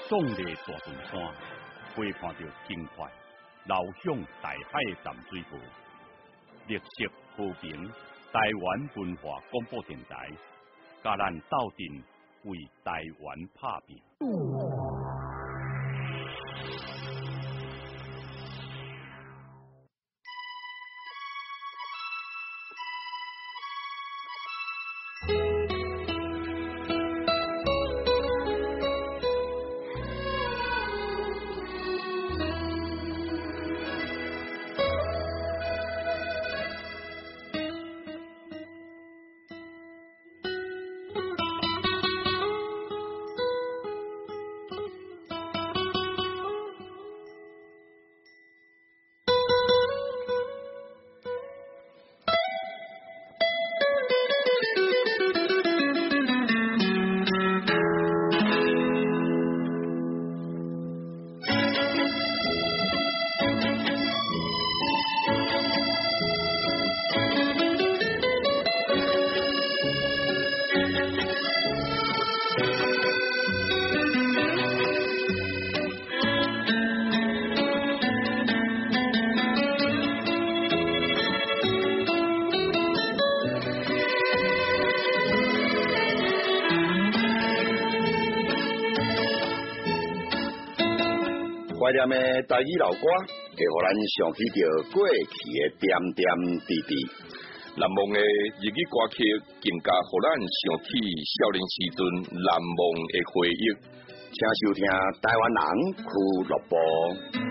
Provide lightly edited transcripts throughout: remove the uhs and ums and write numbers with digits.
壮丽大屯山，陪伴着轻快流向大海的淡水河。绿色和平台湾文化广播电台，甲咱斗阵为台湾打拼。 怀念的台语老歌，会互咱想起着过去的点点滴滴。 难忘的日语歌曲，更加互咱想起少年时阵难忘的回忆。 请收听台湾人俱乐部。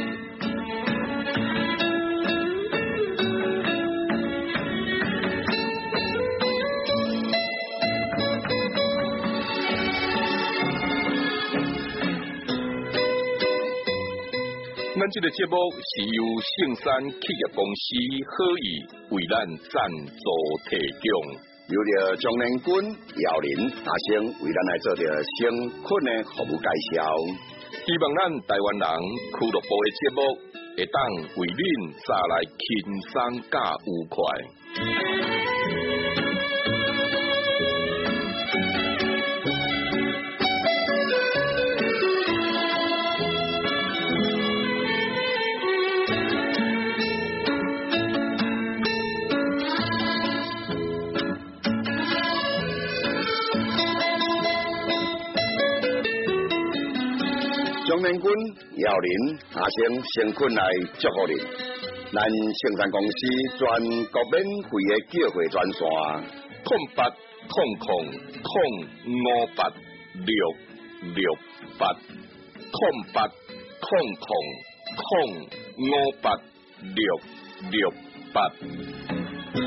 咱这个节目是由圣山企业公司好意为咱赞助提供， 由着张连军、姚林大生为咱来做着生困的服务介绍。 希望咱台湾人俱乐部的节目会当为恁带来轻松加愉快。 张连军、姚林大生生困来祝福你。咱圣山公司全国免费的叫货专线 08005806680800580668。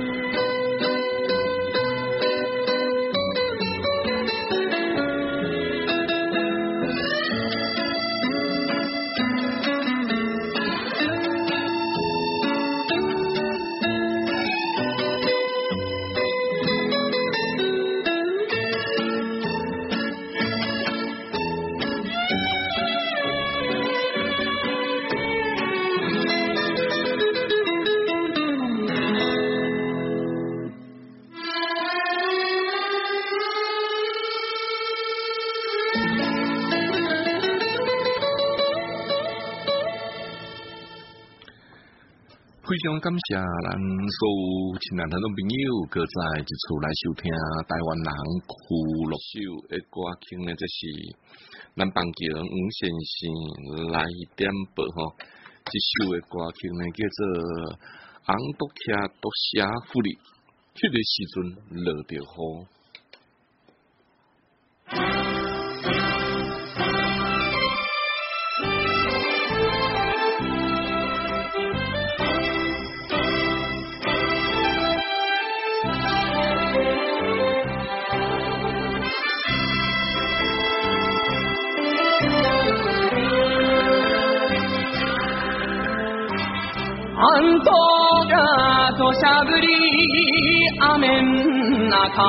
非常感谢咱所有亲爱的朋友，搁在一处来收听台湾人俱乐部的歌曲呢，这是咱邦桥黄先生来点播吼。这首的歌曲呢叫做《红竹徛独写福利》，迄个时阵落着雨。 あんとが土砂降り雨ん中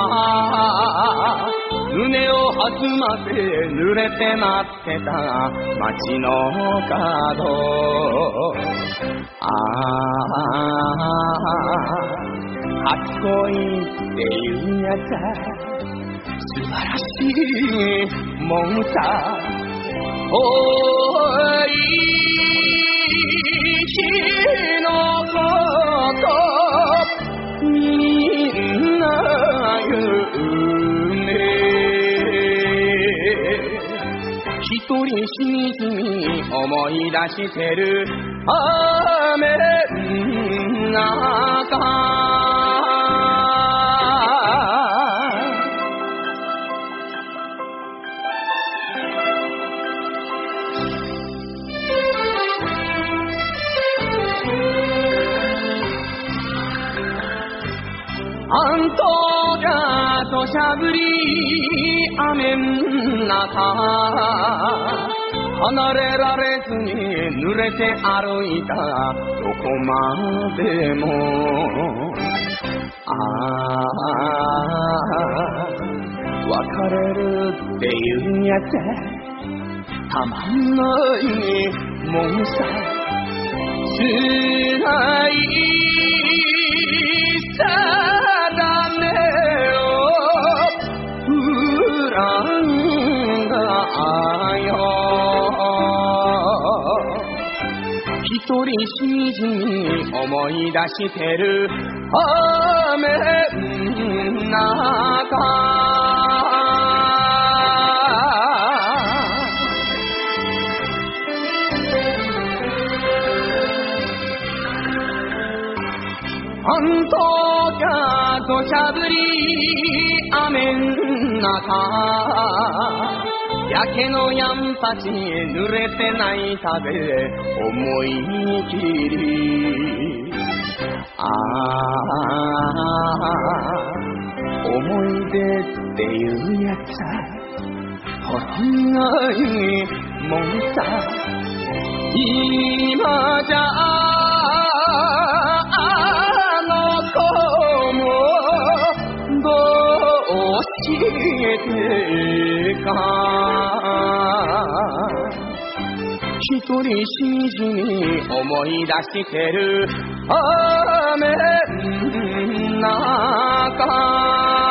胸を弾ませ濡れて待ってた街の角初恋っていうやつは素晴らしいもんさ日のことみんな言うね一人しみじみ思い出してる雨の中あんとが土砂降り雨ん中離れられずに濡れて歩いたどこまでも別れるっていうやつたまんないもんさ辛い定めを恨んだよ一人しみじみ思い出してる雨の中あんとが土砂降り雨ん中焼けのやんぱち濡れて泣いたで思い切り思い出っていうやつほろ苦いもんさ今じゃどうしてか一人しみじみ思い出してる雨の中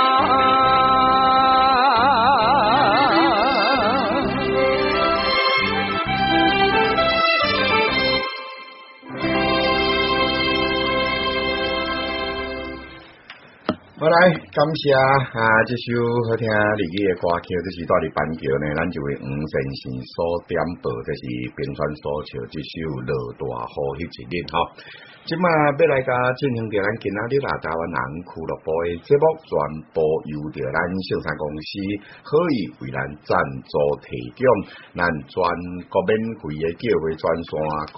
好来，感谢这首好听日语的歌曲，这是带伫板桥呢，咱就为黄先生所点播，这是平川所唱这首《落大雨迄一日》吼。即马要来甲进行着咱今仔日台湾人俱乐部的节目，全部由着咱盛山公司可以为咱赞助提供，咱全国免费的叫话专线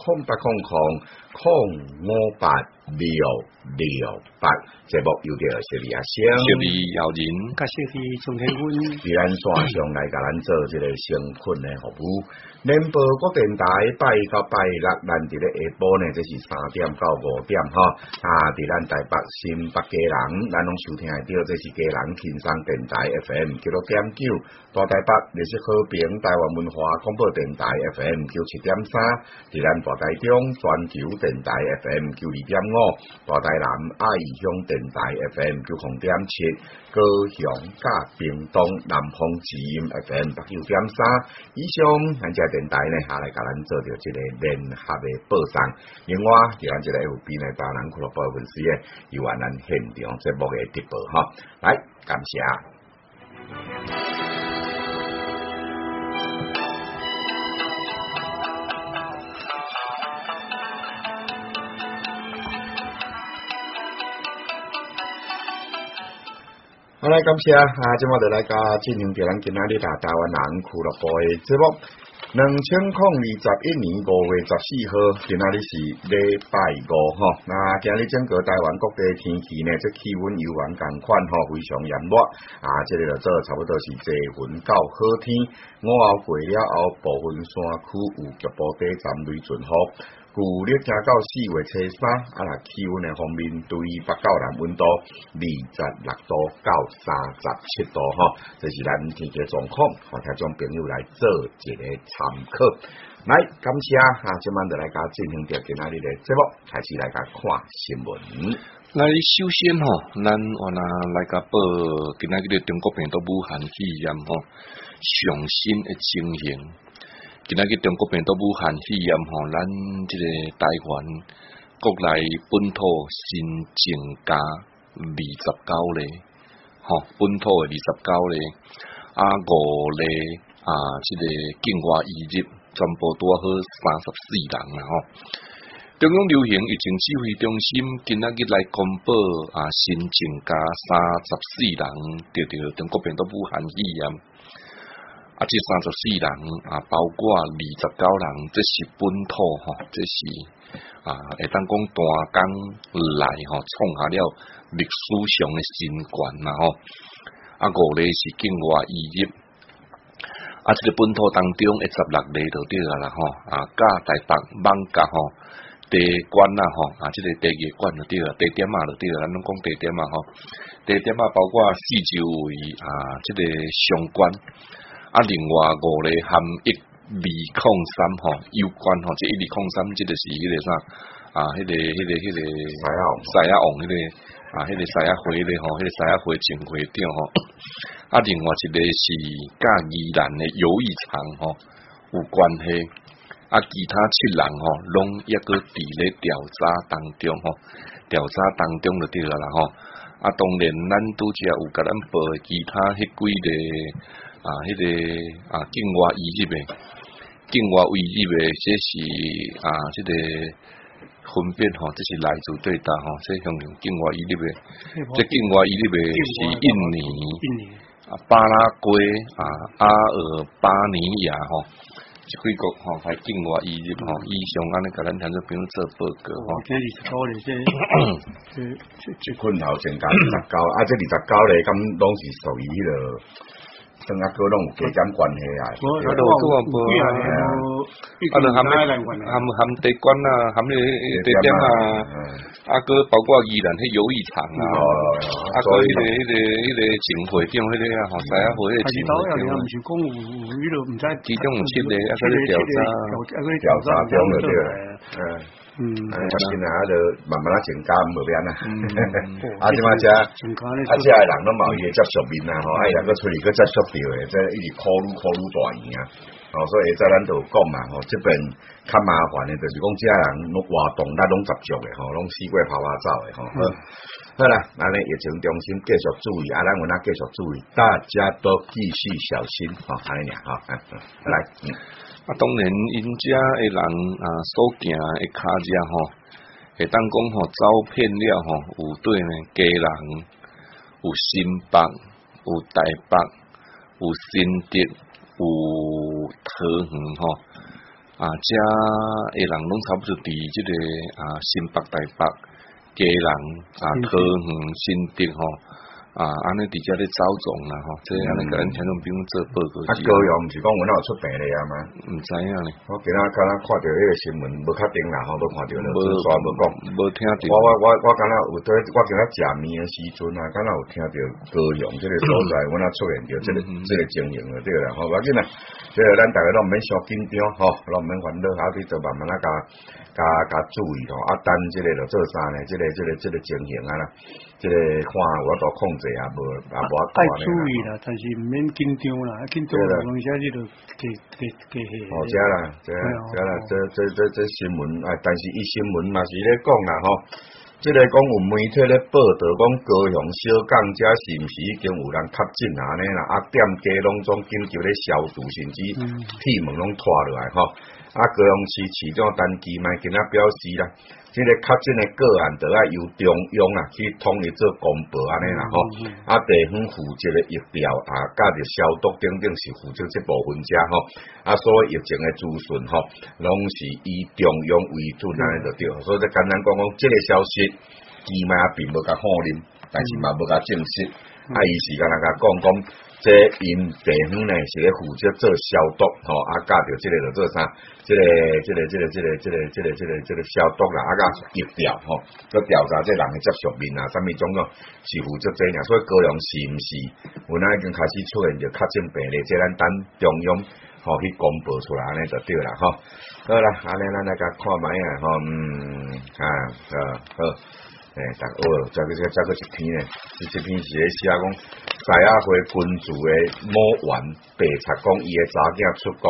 0800-058-668，节目由着小李阿星、 小李耀仁、 甲小李钟天军， 伫咱线上来甲咱做一个成困的服务。联播国电台拜到拜六，咱伫咧下晡呢，这是3点到5点吼。伫咱台北、新北基隆，咱拢收听会到，这是基隆轻松电台 FM 96.9，大台北历史和平台湾文化广播电台 FM 97.3，伫咱大台中全球电台 FM 92.5，大台南爱乡电台 FM 90.7，高雄甲屏东南方之音 FM 89.3，以上咱这电台呢，下来甲咱做着一个联合的报送。另外，伫咱这个 FB 呢，台湾俱乐部粉丝诶，有咱现场节目的直播哈，来感谢。好来，感谢即马就来甲进行着咱今仔日台湾人俱乐部的节目。2021年5月14號，今仔日是禮拜5吼。那今日整個台灣各地天氣呢，即氣溫有完共款吼，非常炎熱即個就做差不多是多雲到好天。午後過了後，部分山區有局部地站雷陣雨。舊曆行到4月初3，氣溫嘅方面，對北到南溫度26度到37度吼，這是咱天氣狀況，互聽眾朋友來做一個參考。來，感謝今晚就來甲進行着今仔日嘅節目，開始來甲看新聞。 來首先吼，咱我來甲報今仔日中國病毒武漢肺炎吼上新嘅情形。 今仔日中國病毒武漢肺炎吼，咱即個台灣國內本土新增加29例，吼，本土嘅29例，啊5例即個境外移入，全部拄好34人啦吼。中央流行疫情指揮中心今仔日來公布新增加34人得到中國病毒武漢肺炎。這34人包括29人，這是本土吼，這是會當講單工來吼，創下了歷史上嘅新高啦吼。5例是境外移入，這個本土當中嘅16例就對啦吼，甲台北艋舺吼，地關啦吼，這個地熱關就對啦，地點就對啦，咱攏講地點吼，地點包括四周圍這個相關。另外5例含1203吼有關吼，這1203這個是迄個啥迄個西亞王迄個迄個西亞會咧吼，迄個西亞會前會長吼。另外一個是甲宜蘭的遊藝場吼有關係。其他7人吼，攏抑擱佇咧調查當中吼，調查當中就對啦吼。當然咱拄則有甲咱報其他迄幾個。迄個境外移入嘅，境外移入嘅，這是這個分辨吼，這是來自對答吼，這向境外移入嘅，這境外移入嘅是印尼、巴拉圭、阿爾巴尼亞吼，幾個吼係境外移入吼，以上安尼甲咱聽眾朋友做報告吼。 這困擾增加29，這29咧，咁攏是屬於迄個。生啊，擱攏有加減關係啊！就含地關啊，含迄地點啊，擱包括宜蘭迄遊藝場啊，擱迄個前會長迄個啊，吼，西亞會迄個前會長，其中有7個，擱咧調查中就對啦。現在就慢慢增加無變啦。即馬這人攏嘛有伊個接觸面啊，吼，人擱出去擱接觸到誒，這一直考慮大錢啊。所以在咱就講嘛，吼，這邊較麻煩誒，就是講這人活動咱攏十足誒，吼，攏四過跑走誒，吼。好啦，咱咧疫情中心繼續注意，咱有哪繼續注意，大家都繼續小心，吼，安尼爾，吼，來。當然，因遮個人所行個腳跡吼，會當講吼走遍了吼，有對呢，家人有新北，有台北，有新竹，有桃園吼，遮個人攏差不多佇即個新北、台北、家人桃園、新竹吼。安尼佇遮咧走總啦吼，即安尼甲咱聽眾朋友做報告。高雄毋是講有哪有出病咧啊嘛？毋知影咧。我今仔看到迄個新聞，無確定啦吼，無看到了，無講，無聽到。我敢若有對，我今仔食麵誒時陣啊，敢若有聽到高雄即個所在，我若出現着即個情形就對啦。吼，無要緊啦，即個咱大家攏毋免傷緊張吼，攏毋免煩惱，後邊就慢慢甲注意吼。等即個就做啥呢？即個情形啊啦。即個看我都控制也無愛注意啦，但是毋免緊張啦，緊張有當時你就加哦，這啦，這新聞但是伊新聞嘛是咧講啦吼，即個講有媒體咧報道講高雄小港遮是毋是已經有人確診安尼啦？店家攏總緊急咧消毒，甚至鐵門攏拖落來吼。高雄市市長陳其邁今仔表示啦，即個確診的個案就要由中央啦去統一做公布安尼啦吼，地方負責的疫調加着消毒等等是負責這部分者吼，所有疫情的資訊吼，攏是以中央為準安尼就對，所以簡單講，這個消息其邁也並無甲否認，但是嘛無甲證實，伊是甲人甲講。這因地方呢是咧負責做消毒吼，加着即個就做啥？即個消毒啦，加疫調吼，佮調查即人嘅接觸面啊，啥物種個是負責這樣，所以高雄是毋是有哪已經開始出現着確診病例？即咱等中央吼去公布出來，安尼就對啦吼。好啦，安尼咱來甲看覓啊吼，好。再個一篇呢？這篇是咧寫講西亞會君主嘅某員白賊講伊嘅查囝出國，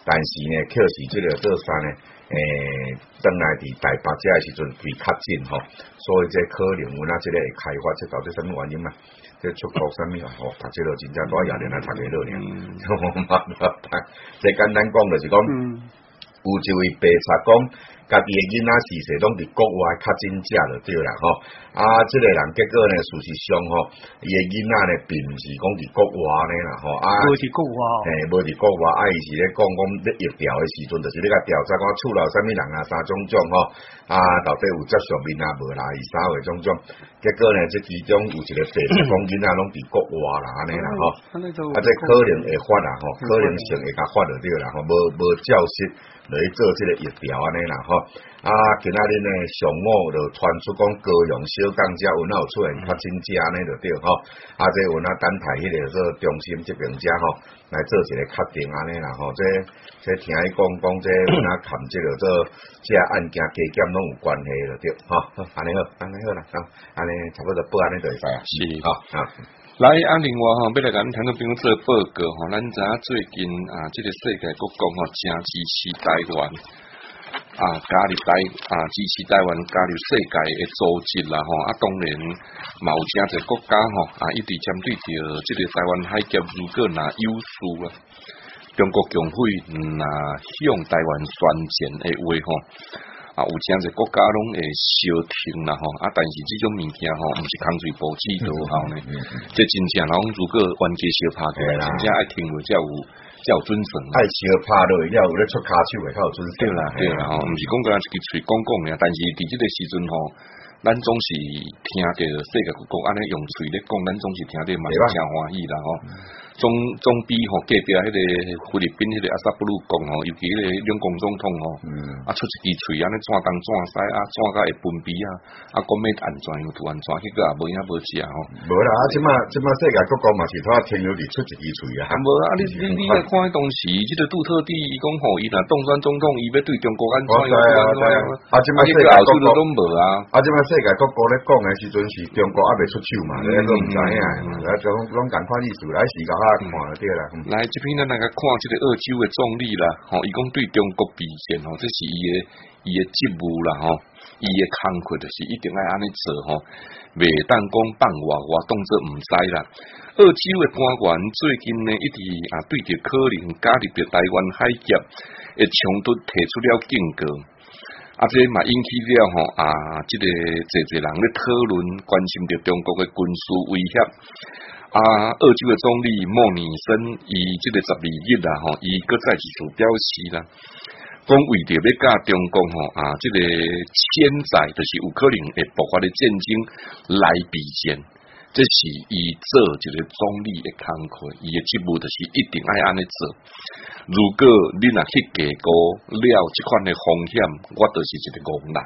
但是呢，确实即个做山呢，转来伫台北遮诶时阵会较近吼，所以这可能有即个会开发，这到底什么原因嘛？这出国什么啊？读这个真正多压力来读个了呢。这简单讲就是讲，有一位白贼讲，家己诶囡仔事实拢伫国外较真正就对啦吼。即个人结果呢，事实上吼，伊诶囡仔呢，并毋是讲伫国外呢啦吼。 无伫国外， 无伫国外，伊是咧讲咧疫调诶时阵，就是咧甲调查讲厝内啥物人啊，三种吼。到底有接受面啊无啦？伊啥话种。结果呢，这其中有一个白贼讲囡仔拢伫国外啦安尼啦吼。这可能会发啦吼，可能性会甲发就对啦吼，无照实来做这个疫调安尼啦吼。今仔日呢，上午就传出讲高雄小港遮有哪有出现较真正呢就对吼。这有哪等待迄个说中心这边遮吼来做一个确定安尼啦吼。这听伊讲这有哪含这个做这案件加减拢有关系就对吼。安尼好啦，安尼差不多报安尼就会使啊。 是来另外要来甲咱听众朋友做报告咱知影最近这个世界各国真支持台湾。加入支持台湾加入世界嘅组织啦當然嘛有真濟國家一直針對着即個台灣海峽如果若有事中國共會若向台灣宣戰嘅話有真濟國家攏會相挺啦但是這種物件毋是空嘴報紙就好呢，這真正攏如果冤家相拍起來，真正愛聽話才有準繩， 愛相拍落了有咧出骹手會較有準繩。 對啦毋是講個人一支喙講爾，但是佇即個時陣咱總是聽着世界各國安尼用喙咧講，咱總是聽着嘛真歡喜啦總比隔壁迄個菲律賓迄個阿薩布魯講尤其迄個兩國總統出一支喙安尼轉東轉西轉甲會分鼻講咩安全有圖安全，迄個也無影無食無啦，即馬世界各國嘛是拖停留佇出一支喙無你來看當時即個杜特地伊講伊若當選總統，伊要對中國安怎即馬世界各國攏無即馬世界各國咧講嘅時陣是中國還未出手嘛，你都唔知影攏共款意思來時間看就對啦。 來這邊咱來看即個澳洲嘅總理啦，伊講對中國備戰這是伊嘅職務啦，伊嘅工作就是一定愛安尼做袂當講放話當作毋知啦。澳洲嘅官員最近呢一直對着可能加入着台灣海峽嘅衝突提出了警告。這嘛引起了即個儕人咧討論，關心着中國嘅軍事威脅。澳洲嘅總理莫尼森，伊即個12日啦，伊擱再次表示啦，講為着要甲中國即個潛在就是有可能會爆發嘅戰爭來備戰，這是伊做一個總理嘅工作，伊嘅職務就是一定愛安尼做。如果你若去低估了即款嘅風險，我就是一個戇人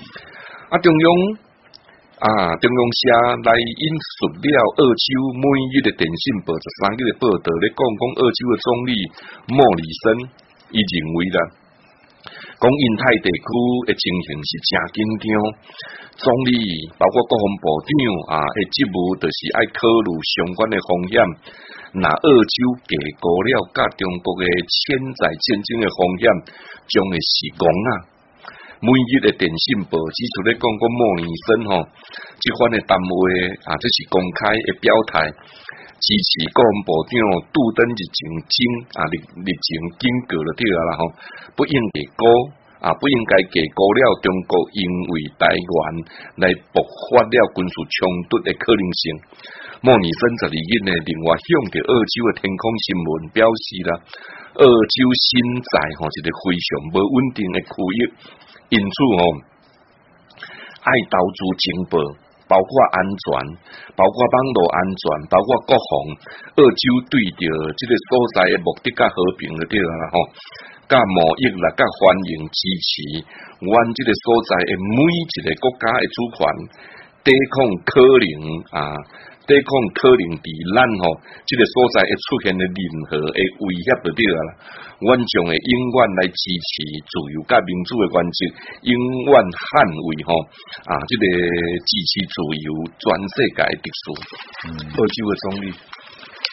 中央社來引述了澳洲每日嘅電訊報13日嘅報道咧，講澳洲嘅總理莫里森，伊認為啦，講印太地區嘅情形是真緊張，總理包括國防部長嘅職務就是愛考慮相關嘅風險，若澳洲低估了甲中國嘅潛在戰爭嘅風險，將會是戇啊。每日嘅電訊報指出咧，講莫尼森即款嘅單位這是公開嘅表態，支持國防部長杜登日前警告了對啦不應低估不應該低估了中國因為台灣來爆發了軍事衝突嘅可能性。莫尼森12日呢，另外向着澳洲嘅天空新聞表示啦，澳洲身在一個非常無穩定嘅區域。因此愛投資情報，包括安全，包括網絡安全，包括國防。澳洲對着這個所在嘅目的甲和平就對啦甲貿易啦，甲歡迎支持，阮這個所在嘅每一個國家嘅主權，抵抗可能佇咱這個所在會出現嘅任何嘅威脅就對啦。阮將會永遠來支持自由甲民主嘅原則，永遠捍衛這個支持自由全世界的秩序。澳洲嘅總理。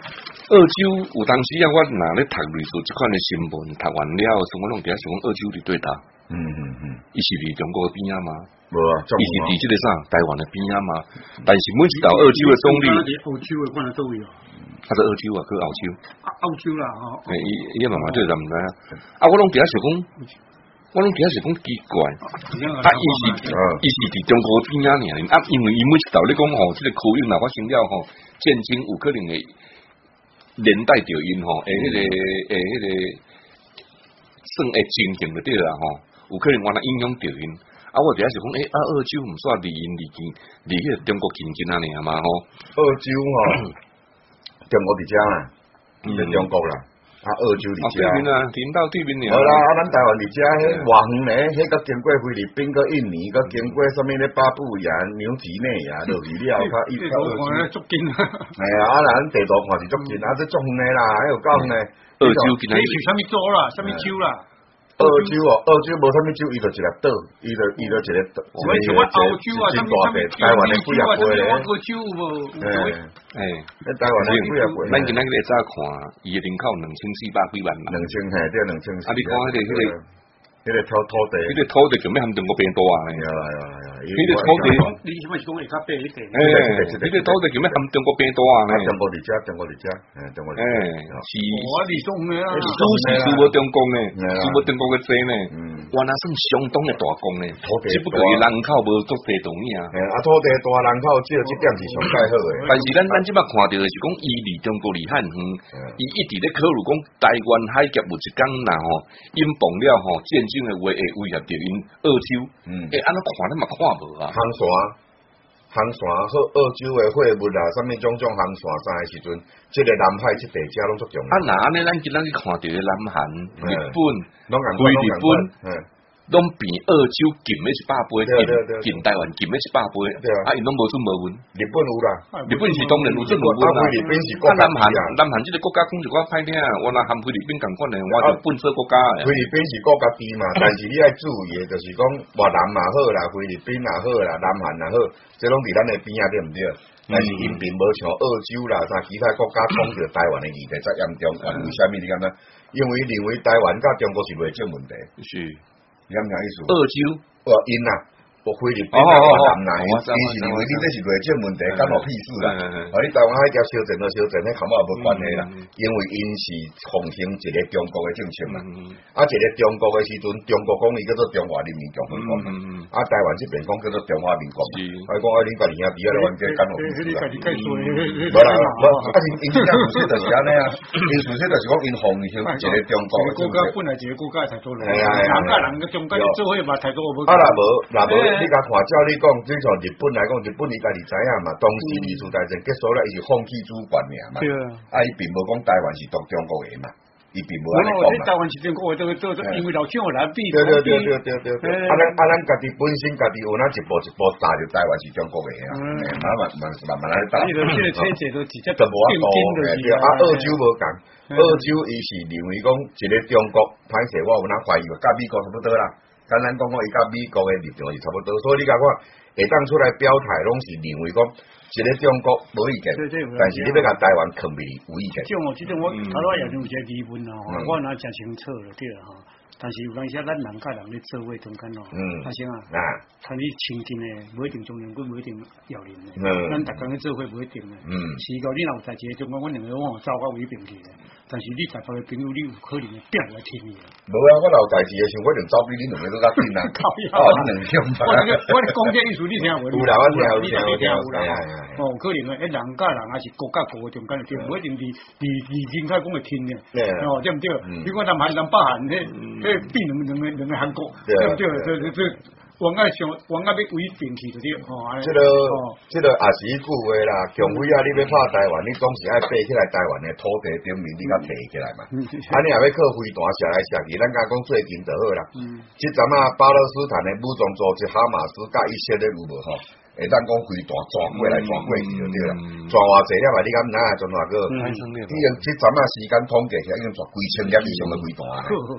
澳洲有当时啊，我若咧读类似即款的新闻，读完了，所以我拢伫遐想讲澳洲伫对答。伊是伫中国边啊嘛？ 无啊， 伊是伫即个啥台湾的边啊嘛？但是每一道澳洲的总理， 澳洲的看得到位哦。 啊，是澳洲啊，去澳洲。 澳洲啦，吼。 伊慢慢对咱毋知啊。啊，我拢伫遐想讲，奇怪。啊，伊是伫中国边啊尔。啊，因为伊每一道咧讲吼，即个口音若发生了吼，震惊有可能会连带着因吼，迄个算会情形就对啦吼。有可能原来影响着因，啊，我伫遐是讲，澳洲毋煞离因离迄个中国近啊尔嘛吼。 澳洲吼，中国伫遮啦，伫中国啦，澳洲伫遮。 对面啊，领导对面好啦，咱台湾伫遮，迄偌远咧，迄个经过菲律宾、个印尼、个经过什么咧巴布亚、纽几内亚，落去了，较一条澳洲足近啊。 哎呀，咱地图看是足近，这足远啦，还有讲呢。 澳洲今仔日是啥物州啦，啥物州啦？ 澳洲无啥物州，伊就一个岛，伊就一个。 我像我澳洲啊，啥物台湾的几啊倍咧。 澳洲无。 台湾的几啊倍。 咱今仔日早看，伊的人口2400几万人。 2000，对2000。 啊，你讲迄个土地， 迄个土地就要含中国变大啊！迄个土地， 你是咪是讲会较白一点？ 迄个土地就要含中国变大啊！ 中国伫遮，中国伫遮。 是。 我你讲的啊， 输无中国呢，输无中国嘅济呢，原来算相当嘅大功呢。只不过人口无足地同意啊。 土地大，人口少，这点是上介好诶。 但是咱即摆看到的是讲，伊离中国离汉远，伊一直咧考虑讲台湾海峡有一天呐吼，因崩了吼，战争的话会威胁到因澳洲。安怎看咱嘛看无啊？ 航线好，澳洲的货物啊，啥物种航线啥的时阵，即个南海即地遮拢足重要。 啊，那安尼咱今仔日看到的南韩、日本、菲律宾。拢比澳洲近要100倍，近台湾近要100倍，啊，因拢无准无稳。 日本有啦， 日本是当然有准无稳啦。 菲律宾是国家， 南韩这个国家讲一寡歹听，我若含菲律宾共款的，我就本色国家的。 菲律宾是国家地嘛，但是你爱注意的，就是讲越南嘛好啦，菲律宾也好啦，南韩也好，这拢伫咱的边啊，对毋对？但是因并无像澳洲啦，啥其他国家讲着台湾的议题则严重，为虾米你感觉？因为认为台湾甲中国是内政问题。 是。 你敢唔意思？ 澳洲， 因呐，菲律宾啊，越南呐，伊是认为你这是内政问题，干我屁事啊！你台湾海峡小镇，迄看我无关系啦，因为因是奉行一个中国的政策嘛。啊，一个中国的时阵，中国讲伊叫做中华人民共和国嘛。啊，台湾这边讲叫做中华民国嘛。我讲恁家己兄弟啊，咧玩这干我屁事啊！无啦，啊，因真正事实就是安尼啊，因事实就是讲因奉行一个中国的政策。 本来一个国家才做人，人甲人个中间做伙嘛，太多无。 啊，若无，你甲看，照你讲，即像日本来讲，日本伊家己知影嘛，当时二次大战结束了，伊是放弃主权尔嘛。啊，伊并无讲台湾是独中国的嘛，伊并无安尼讲嘛。 台湾是中国的，因为老蒋来比。 对。啊，咱家己本身家己有哪一步打着台湾是中国的啊？慢慢来打。 这个车子都直接就无法度对啊，澳洲无共，澳洲伊是认为讲一个中国歹势，我有哪怀疑，甲美国差不多啦。简单讲伊甲美国的立场是差不多，所以你甲看会当出来表态，拢是认为讲一个中国无意见，但是你要甲台湾抗美有意见。 这种我头仔也有一个疑问哦，我若真清楚了对啦吼。但是有当时咱人甲人咧做伙中间咯，发生啊，看你亲近的，无一定中人，佮无一定要人的，咱逐工咧做伙无一定的，是讲你若有代志，中间阮两个往走到为平去的，但是你台北的朋友，你有可能会变来听你啦。 无啊，我有代志的时候，我就走比你两个更较紧啦。你两项吧。 我讲这意思，你听有啦，我听有啦。 可能诶，人甲人还是国甲国中间对，无一定离人开讲会听的，对不对？你讲南韩、北韩，比两个韩国，对不对？这往外要为定去就对， 这个也是一句话啦。强飞啊，你要拍台湾，你总是爱爬起来台湾的土地顶面，你甲爬起来嘛。啊，你也要靠飞弹射来射去，咱讲最近就好啦。即阵啊，巴勒斯坦的武装组织哈马斯甲以色列有无吼？会当讲飞弹转过来转过去就对啦。转偌济了嘛？你敢知影转偌个？即阵啊时间统计起来，已经转几千粒以上的飞弹啊。啊，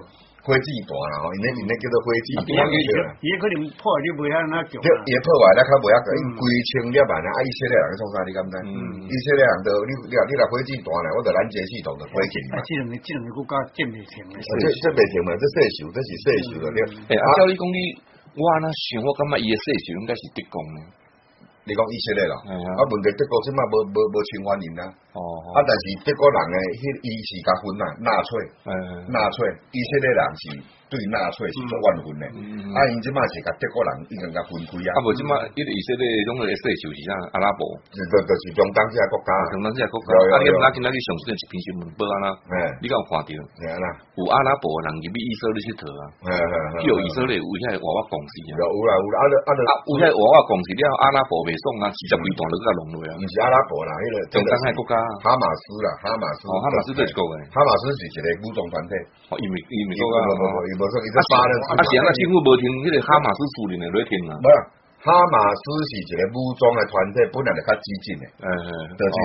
火箭弹啦，吼，因那叫做火箭弹伊可能破坏就袂遐那强。 伊破坏了较袂遐个，因规清了万啊，以色列人创啥？你敢知？以色列人都你若火箭弹啦，我着拦截系统就火箭嘛。 这两个国家真袂停诶。 这袂停嘛，这世仇，这是世仇了对。 照你讲你，我那想，我感觉伊诶世仇应该是德国呢。 你讲以色列啦，问题德國即擺無侵犯人啦，但是德國人誒，伊是甲分啦，納粹，以色列人是對納粹是做怨恨誒，因即擺是甲德國人已經甲分開啊。 無即擺，以色列種嘅世仇是啥？阿拉伯， 就是中東這個國家， 你今仔日上新一篇新聞報安啦，你敢有看到？有阿拉伯人入去以色列佚佗啊，叫以色列有遐娃娃公司啊， 有啦， 有遐娃娃公司了，阿拉伯袂爽啊，40幾段都甲弄落啊。 毋是阿拉伯啦，迄個中東嘅國家， 哈馬斯啦，哈馬斯對一個嘅， 哈馬斯是一個武裝團體， 伊咪國家， 伊無說伊在巴勒斯坦， 是啊，政府無聽迄個哈馬斯處理嚟聽啊。 哈馬斯是一個武裝嘅團體，本來就較激進嘅，就是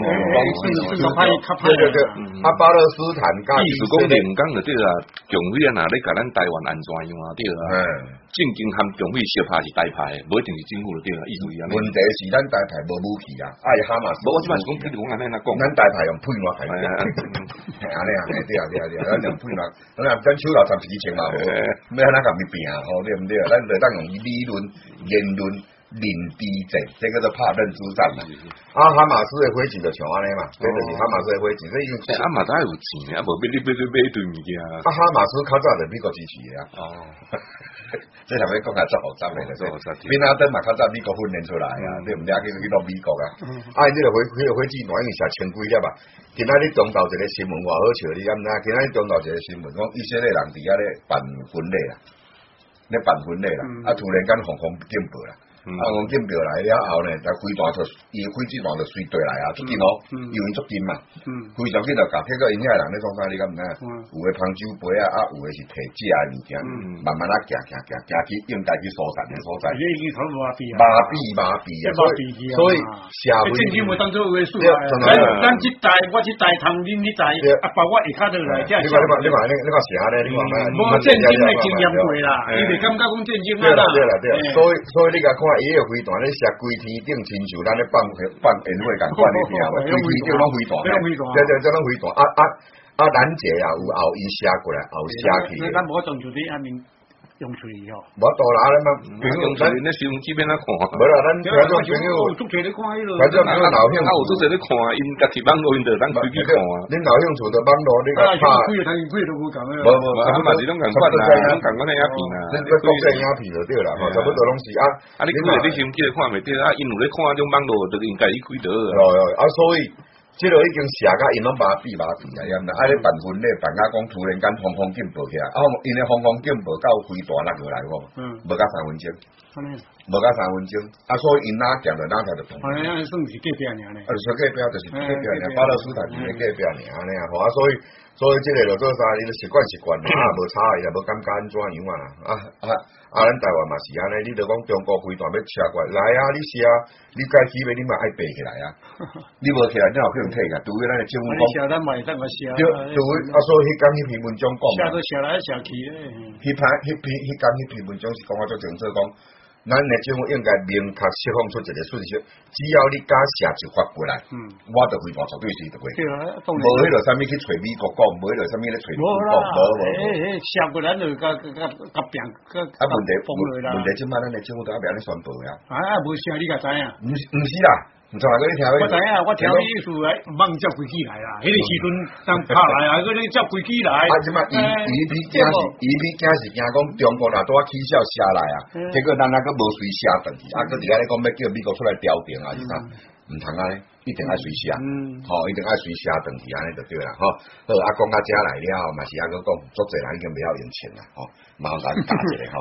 對，巴勒斯坦意思講連港就對啦，共匪啊，若咧甲咱台灣安怎樣啊對啦，正經含共匪相拍是台派，無一定是政府就對啦，意思是安尼。 問題是咱台派無武器啊，哈馬斯。 我即擺是講比如講安尼講， 咱台派用配話開嘅，安尼啊，對，咱用配話，咱手頭暫時情嘛無，要安怎甲咪拼吼，對毋對？咱就當用理論、言論。領地戰，這個就拍認知戰嘛。哈馬斯嘅火箭就像安尼嘛，這就是哈馬斯嘅火箭。這因為嘛都係有錢啊，無買對物件。 哈馬斯較早就美國支持嘅啊。即係頭先講下真學習嚟嘅啫。賓拉登嘛較早美國訓練出來啊，對唔對？去到美國啊。呢個火箭彈已經成千幾粒啊。今仔日中晝一個新聞話好笑，你敢知？今仔日中晝一個新聞講以色列人佇遐咧辦婚禮啦，咧辦婚禮啦，突然間防空警報啦。防空警報來了後呢，就飛彈就伊飛機彈就隨對來啊，足緊哦，因為足緊嘛，非常緊就夾，結果因遐人咧創啥？你敢知？有嘅捧酒杯啊，有嘅是摕假物件，慢慢啊行去應該去疏散嘅所在。麻痹啊，所以社會。 正經冇當做為數啊，咱這代我這代通恁這代，包括下骹落來，即係。 你話啥咧？你話咩？ 冇正經嘅經驗過啦，伊哋感覺講正經啊啦。 對，所以你甲看。伊個飛彈咧，射規天頂，親像咱咧放煙火共款，你聽無？規天頂攏飛彈，這攏飛彈。攔截啊，有後伊射過來，後射去。 咱無當做啲阿明用處理吼。 無多啦，咱嘛朋友咱那使用機邊仔看。 無啦，咱聽眾朋友， 足濟咧看迄落。 聽眾朋友老鄉， 有足濟咧看，因家己網絡因着咱開去看啊。 恁老鄉厝着網絡，你甲拍。 無，啊嘛是攏共款啦，攏共款的影片啦。 國際影片就對啦，差不多攏是啊。 啊，你開你手機來看袂對啊，因有咧看種網絡，就應該伊開得。 啊，所以。即個已經寫甲因攏麻痹啊，啱唔啱？咧辦婚禮，辦甲講突然間風警報起來，因為風警報到飛彈落落來喎，無甲3分鐘，無甲3分鐘，所以因哪行就哪條就碰。 算是隔壁爾呢？ 是隔壁，就是隔壁爾，巴勒斯坦是隔壁爾安尼啊，好啊，所以即個就做啥？你都習慣無差伊也無感覺安怎樣啊？咱台灣嘛是安尼，你著講中國飛彈要射過來啊！你射，你該起碼你嘛愛爬起來啊！你無起來，你有可能退啊？除非咱嘅政府講，所以迄講迄篇文章講嘛， 射來射去咧。 迄篇文章是講我做政策講。咱嘅政府應該明確釋放出一個訊息，只要你敢射就發過來，我就飛彈絕對是就會。無迄落啥物去找美國講，無迄落啥物咧找美國講，無。 射過來就甲病甲問題即擺咱嘅政府都還袂安尼宣佈呀。 無射你甲知影？ 毋是啦。我知影， 我聽你意思來，望接飛機來啦。迄個時陣當拍來啊，嗰啲接飛機來。 即擺伊比驚是驚講中國若拄啊起笑射來啊，結果咱還佫無隨射轉去，佫佇遐咧講要叫美國出來調停啊，是啥？毋通啊咧，一定愛隨射，一定愛隨射轉去安尼就對啦，好，講到遮來了，嘛是抑佫講，足濟人已經袂曉用錢啦，麻煩打一個，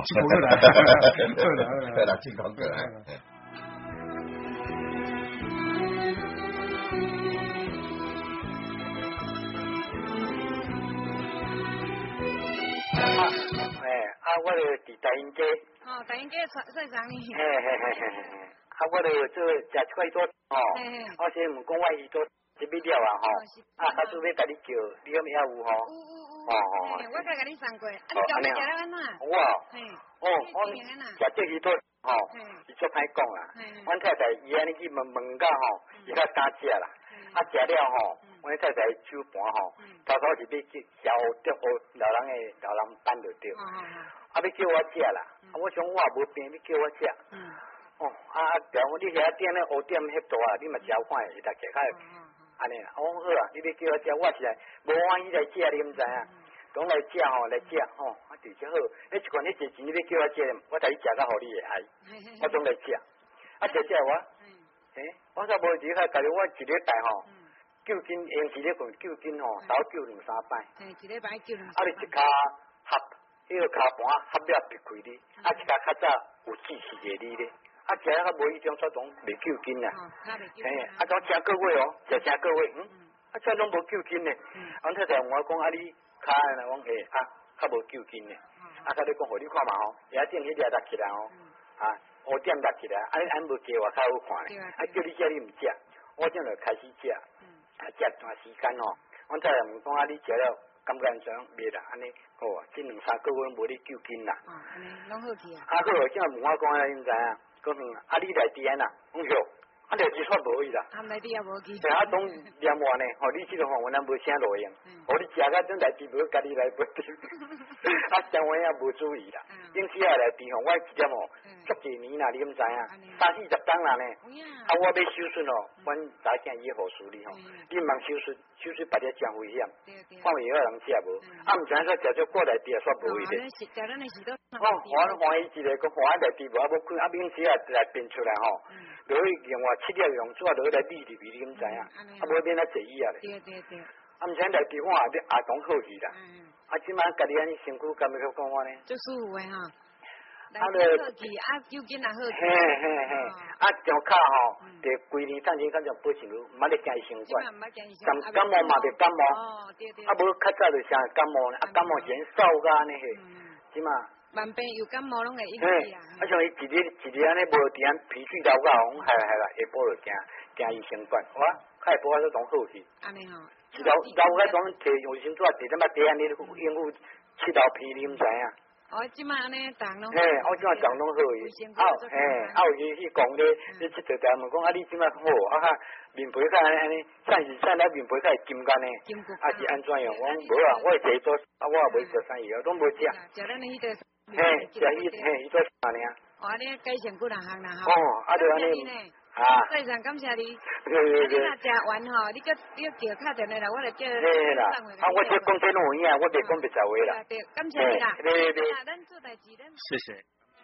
對啦，正講過來。 我哋伫大英街。 大英街菜場呢？ 我哋做食一塊多我先唔講我伊做一筆了啊，他準備甲你叫，你有冇有我甲甲你送过，你教我食了安怎？ 我，我食这鱼多吼，是足歹讲啦。阮太太伊安尼去问到吼，伊较敢食啦。食了吼，阮太太手盘吼，头是要去小着老人班就对。要叫我食啦，我想我也无病，你叫我食。调我你遐店咧乌店迄大啊，你嘛食看会大家较安尼啦。我讲好啊，你要叫我食，我是来无欢喜来食，你毋知影？讲来食吼，来食吼，就只好。你一款你借钱，你要叫我食，我带你食到互你的爱，我总来食。食我，我煞无伫遐，家己我一礼拜吼，救筋用时咧困救筋吼，倒救2-3摆。 一礼拜救2-3摆。 你一骹合，迄个骹盘合了闭开哩，一骹较早有支持着你咧。食了较无迄种作种袂救筋啦。讲真个月哦，食真个月，这拢无救筋咧。阮太太我讲你骹安尼讲较无救筋咧。甲你讲，互你看嘛吼，遐顶迄个搭起来哦，乌点搭起来，安无加我较好看咧。叫你食你毋食，我正就开始食，食一段时间吼，阮太太问讲你食了感觉安怎袂啦？安尼好啊，这2-3个月无咧救筋啦。 安尼拢好去啊。 好，正问我讲你毋知影？讲你来滴安啦，讲哟，来滴煞无去啦。 来滴也无去。 总连话呢，你这个吼，阮无啥路用，你食甲种来滴无，家己来不滴。相话也无注意啦，因此来滴吼，我一点吼，足几年啦，你毋知影？30-40天啦呢。我要手术哦，阮查囝伊护士哩吼，你毋通手术别了真危险，看有人食无，毋知影说食咗过来滴也煞无去咧。我欢喜一个，讲欢喜来滴无，无困，因此来变出来吼，落去用我切了用纸落去来滴入去，你毋知影？无变来坐椅啊咧。毋知来滴我也讲好去啦。即摆家己安尼身躯敢要讲我呢？ 足舒服诶吼。 就救筋也好。 张卡吼，第规年战前较种保险路，毋捌咧惊伊伤管。感冒嘛袂感冒，无较早就啥感冒呢？感冒前扫甲安尼嘿，即嘛。 万病有感冒拢会引起啊。 像伊一日安尼无伫安脾气流到，讲系啦，下晡就惊伊伤管，我较下晡我都当好去。 安尼吼。 流迄种摕卫生纸摕点仔地安尼应付气流鼻，你毋知影？ 即摆安尼动拢。 我即摆动拢好去。有去讲咧，你即条条问讲你即摆好，面皮较安尼，散来面皮较会金干呢，是安怎样？我讲无啊，我会坐做，我也袂做啥嘢，我拢无食。 食咱迄个。 食迄做啥呢？ 你改善几项啦吼。就安尼。 非常感谢你。 你若食完吼，你叫敲电话来，我来叫。 啦，我这讲这拢有影，我袂讲别杂话啦。 对，感谢你啦。咱做代志， 谢谢。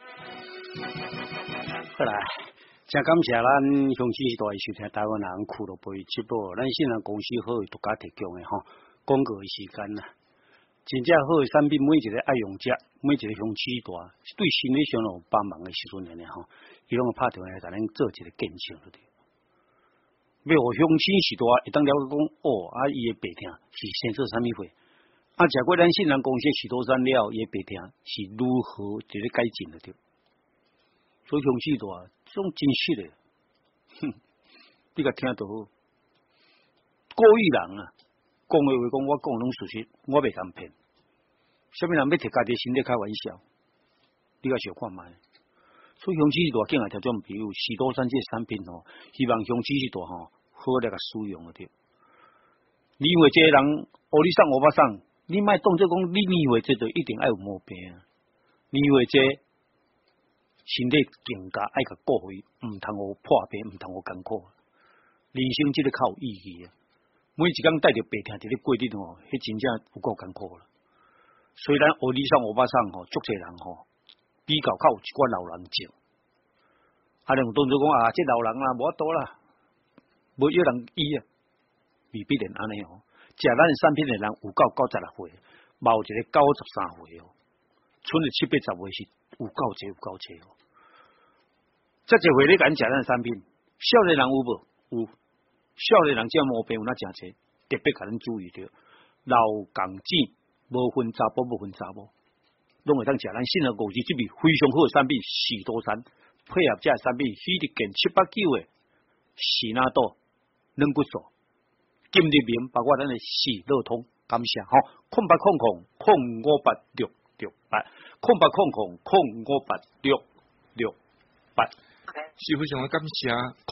好啦，真感谢咱乡亲时代收听台湾人俱乐部直播，咱新人公司好独家提供的吼，广告的时间啦。真正好的产品，每一个爱用者，每一个乡亲时代对心理上有帮忙的时阵呢吼，伊拢拍电话来，甲咱做一个见证对。要互乡亲时代会当了解讲，伊的病痛是先做啥物货，食过咱新人公司许多山了，伊的病痛是如何一个改进的对。所以乡亲时代这种真实的，你甲听到故意人啊。讲的话讲，我讲拢事实，我袂敢骗。啥物人要摕家己身体开玩笑，你甲想看卖。所以乡亲时代竟然条种朋友，许多山这产品吼，希望乡亲时代吼好来甲使用对。你以为这人你送我送，你莫当作讲你以为这就一定爱有毛病啊？你以为这身体更加爱甲顾回，毋通互破病，毋通互艰苦。人生这个较有意义啊！每一工带着病痛伫咧过日吼，迄真正有够艰苦啦。虽然你送我送吼，足侪人吼比较有一寡老人症，用当作讲这老人啦无法度啦，无有人医啊，未必然安尼哦。食咱产品的人有到96岁，嘛有一个93岁哦，剩的7-80岁是有够济哦。这一回你敢食咱产品，少年人有无？有。少年人这毛病有哪真济，特别甲咱注意着。老共子无分查甫，无分查某，拢会当食咱新的公司这味非常好的产品喜多餐，配合这产品喜力健789的喜纳豆软骨素，今日明包括咱的喜乐通感谢吼，0800-058-668，0800-058-668。 是非常的感谢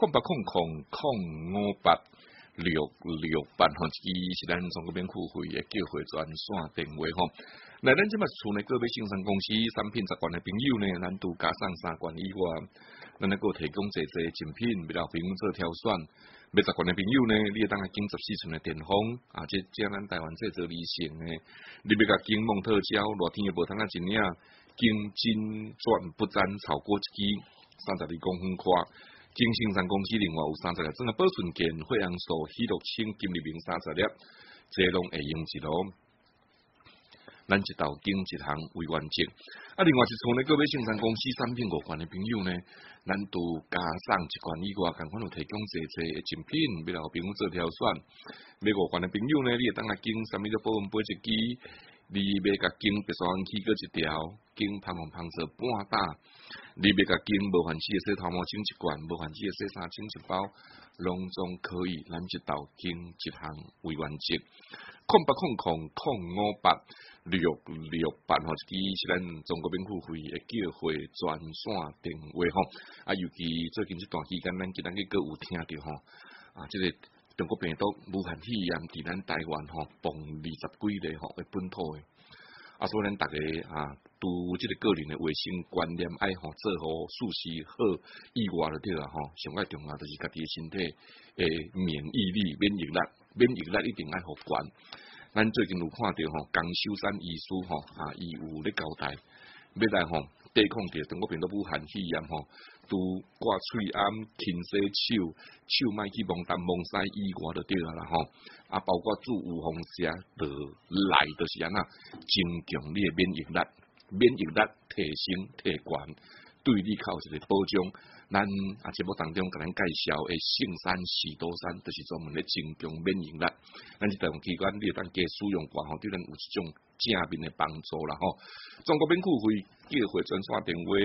，0800-058-668吼，这是咱中国免付费的叫货专线电话吼。来，咱即马厝内个别生产公司产品10罐的朋友呢，咱都加上3罐以外，咱还个提供侪精品，为了朋友做挑选。买10罐的朋友呢，你会当经14寸的电风啊，这咱台湾这做理性的，你要甲经蒙特胶，热天也无通啊一领，经金钻不沾超过1支，32公分宽。经生产公司另外有30粒装的保存件、血红素、喜乐清、金利明30粒，这拢会用一路。咱一道经一行为完整。另外是从呢各位生产公司产品5罐的朋友呢，咱都加上1罐以外，共款有提供侪精品，为了朋友做挑选。买5罐的朋友呢，你会当来经什么叫保温杯1支，你要甲经白刷氧气搁1条，经胖做半打，你要甲经无环气的洗头毛清1罐，无环气的洗衫清1包，拢总可以。咱一道经一行为完整。0800-058-668吼，这是咱中国免付费的叫货专线电话吼。尤其最近这段期间，咱今日个有听到吼，这个中国病毒武汉肺炎伫咱台湾吼，崩20几例吼的本土的。所以咱大家拄这个个人的卫生观念爱吼做好舒适好以外就对啦吼，上爱重要就是家己的身体的免疫力、免疫力一定爱好悬。咱最近有看到吼，江秀山医师吼伊有咧交代，要来吼抵抗着中国病毒武汉肺炎吼，拄挂喙暗、勤洗手莫去蒙东蒙西以外就对啦吼。包括煮有风蛇就来就是安那，增强你的免疫力提升提悬，对你较有一个保障。咱节目当中甲咱介绍的圣山喜多山，就是专门咧增强免疫力。咱这段期间，你当加使用过后，对咱有一种正面的帮助啦吼。中国免付费叫货专线电话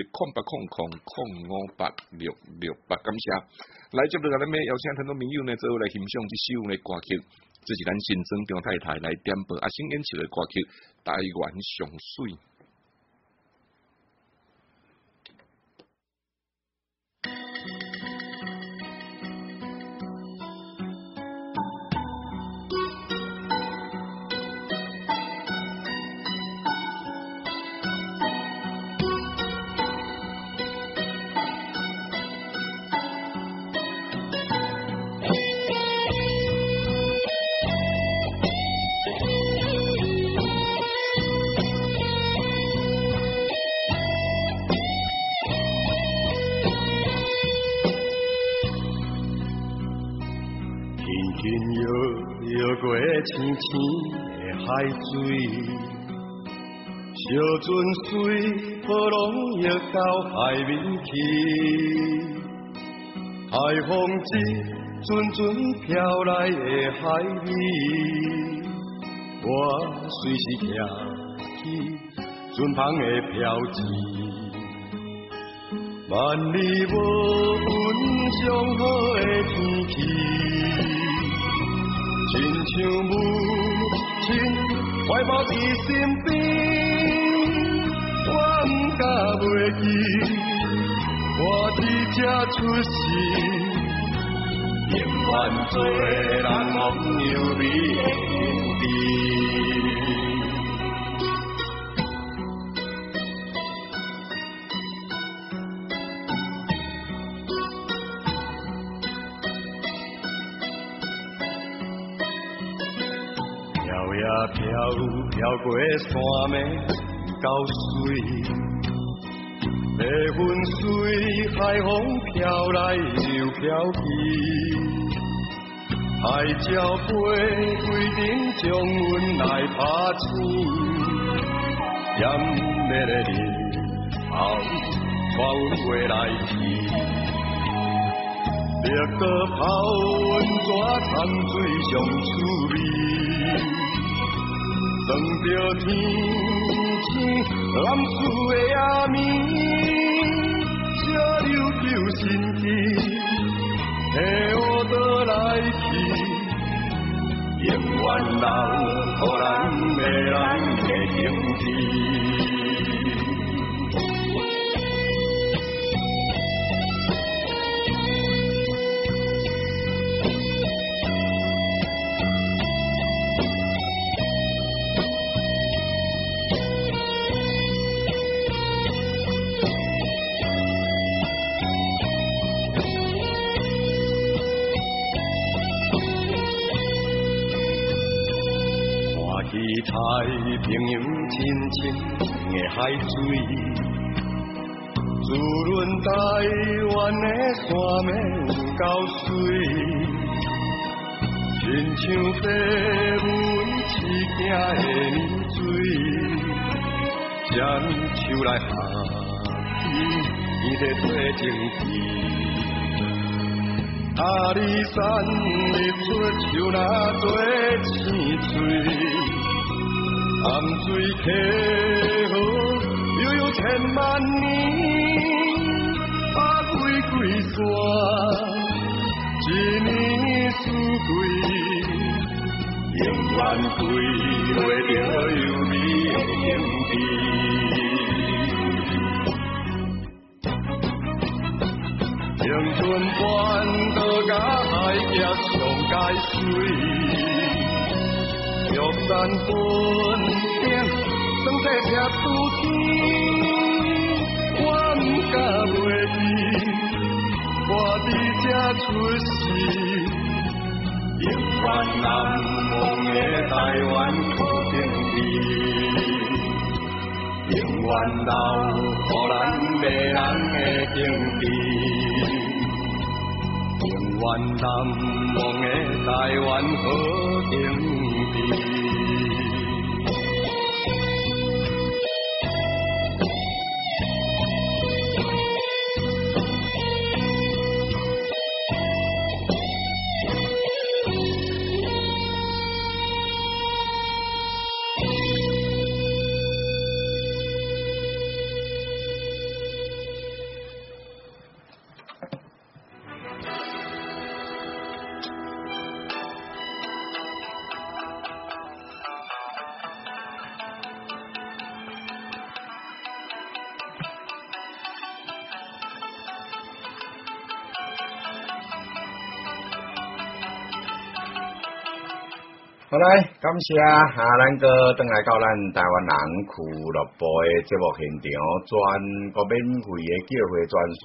0800-058-668，感谢。来接落来，咱要邀请很多朋友呢，做来欣赏这首呢歌曲，这是咱新庄张太太来点播阿星演唱的歌曲《台湾上水》。 青青的海水，小船随波浪摇到海面去，海风一阵阵飘来的海味，我随时徛起船旁的飘枝，万里无云上好的天气。亲像母亲怀抱在身边，我不敢袂记，我伫这出世，永远做难忘又美的经历。飘过山脉到水，白云随海风飘来又飘去，海鸟飞规定将阮来打醒，炎热的日头带阮回来去，绿岛泡温泉掺水上趣味。等着天青蓝树的暗暝，车溜溜身体，下乌倒来去， 永远留予咱迷人的情字。太平洋亲情的海水，自论台湾的山脉有够水，亲像飞舞刺惊的年水，将手来下起，伊在做情字。阿里山日出像那做青翠。淡水溪河悠悠千万年，百几几山，一年四季，永远归回着优美的景致。青春半岛甲海峡上界水。玉山本顶，算这贴拄天，我毋敢袂记，我伫这出世，永远难忘的台湾土地，永远留予咱迷人的情致，永远难忘的台湾好情。 好来，感谢咱哥登来到咱台湾人俱乐部的节目现场，全国免费的叫货专线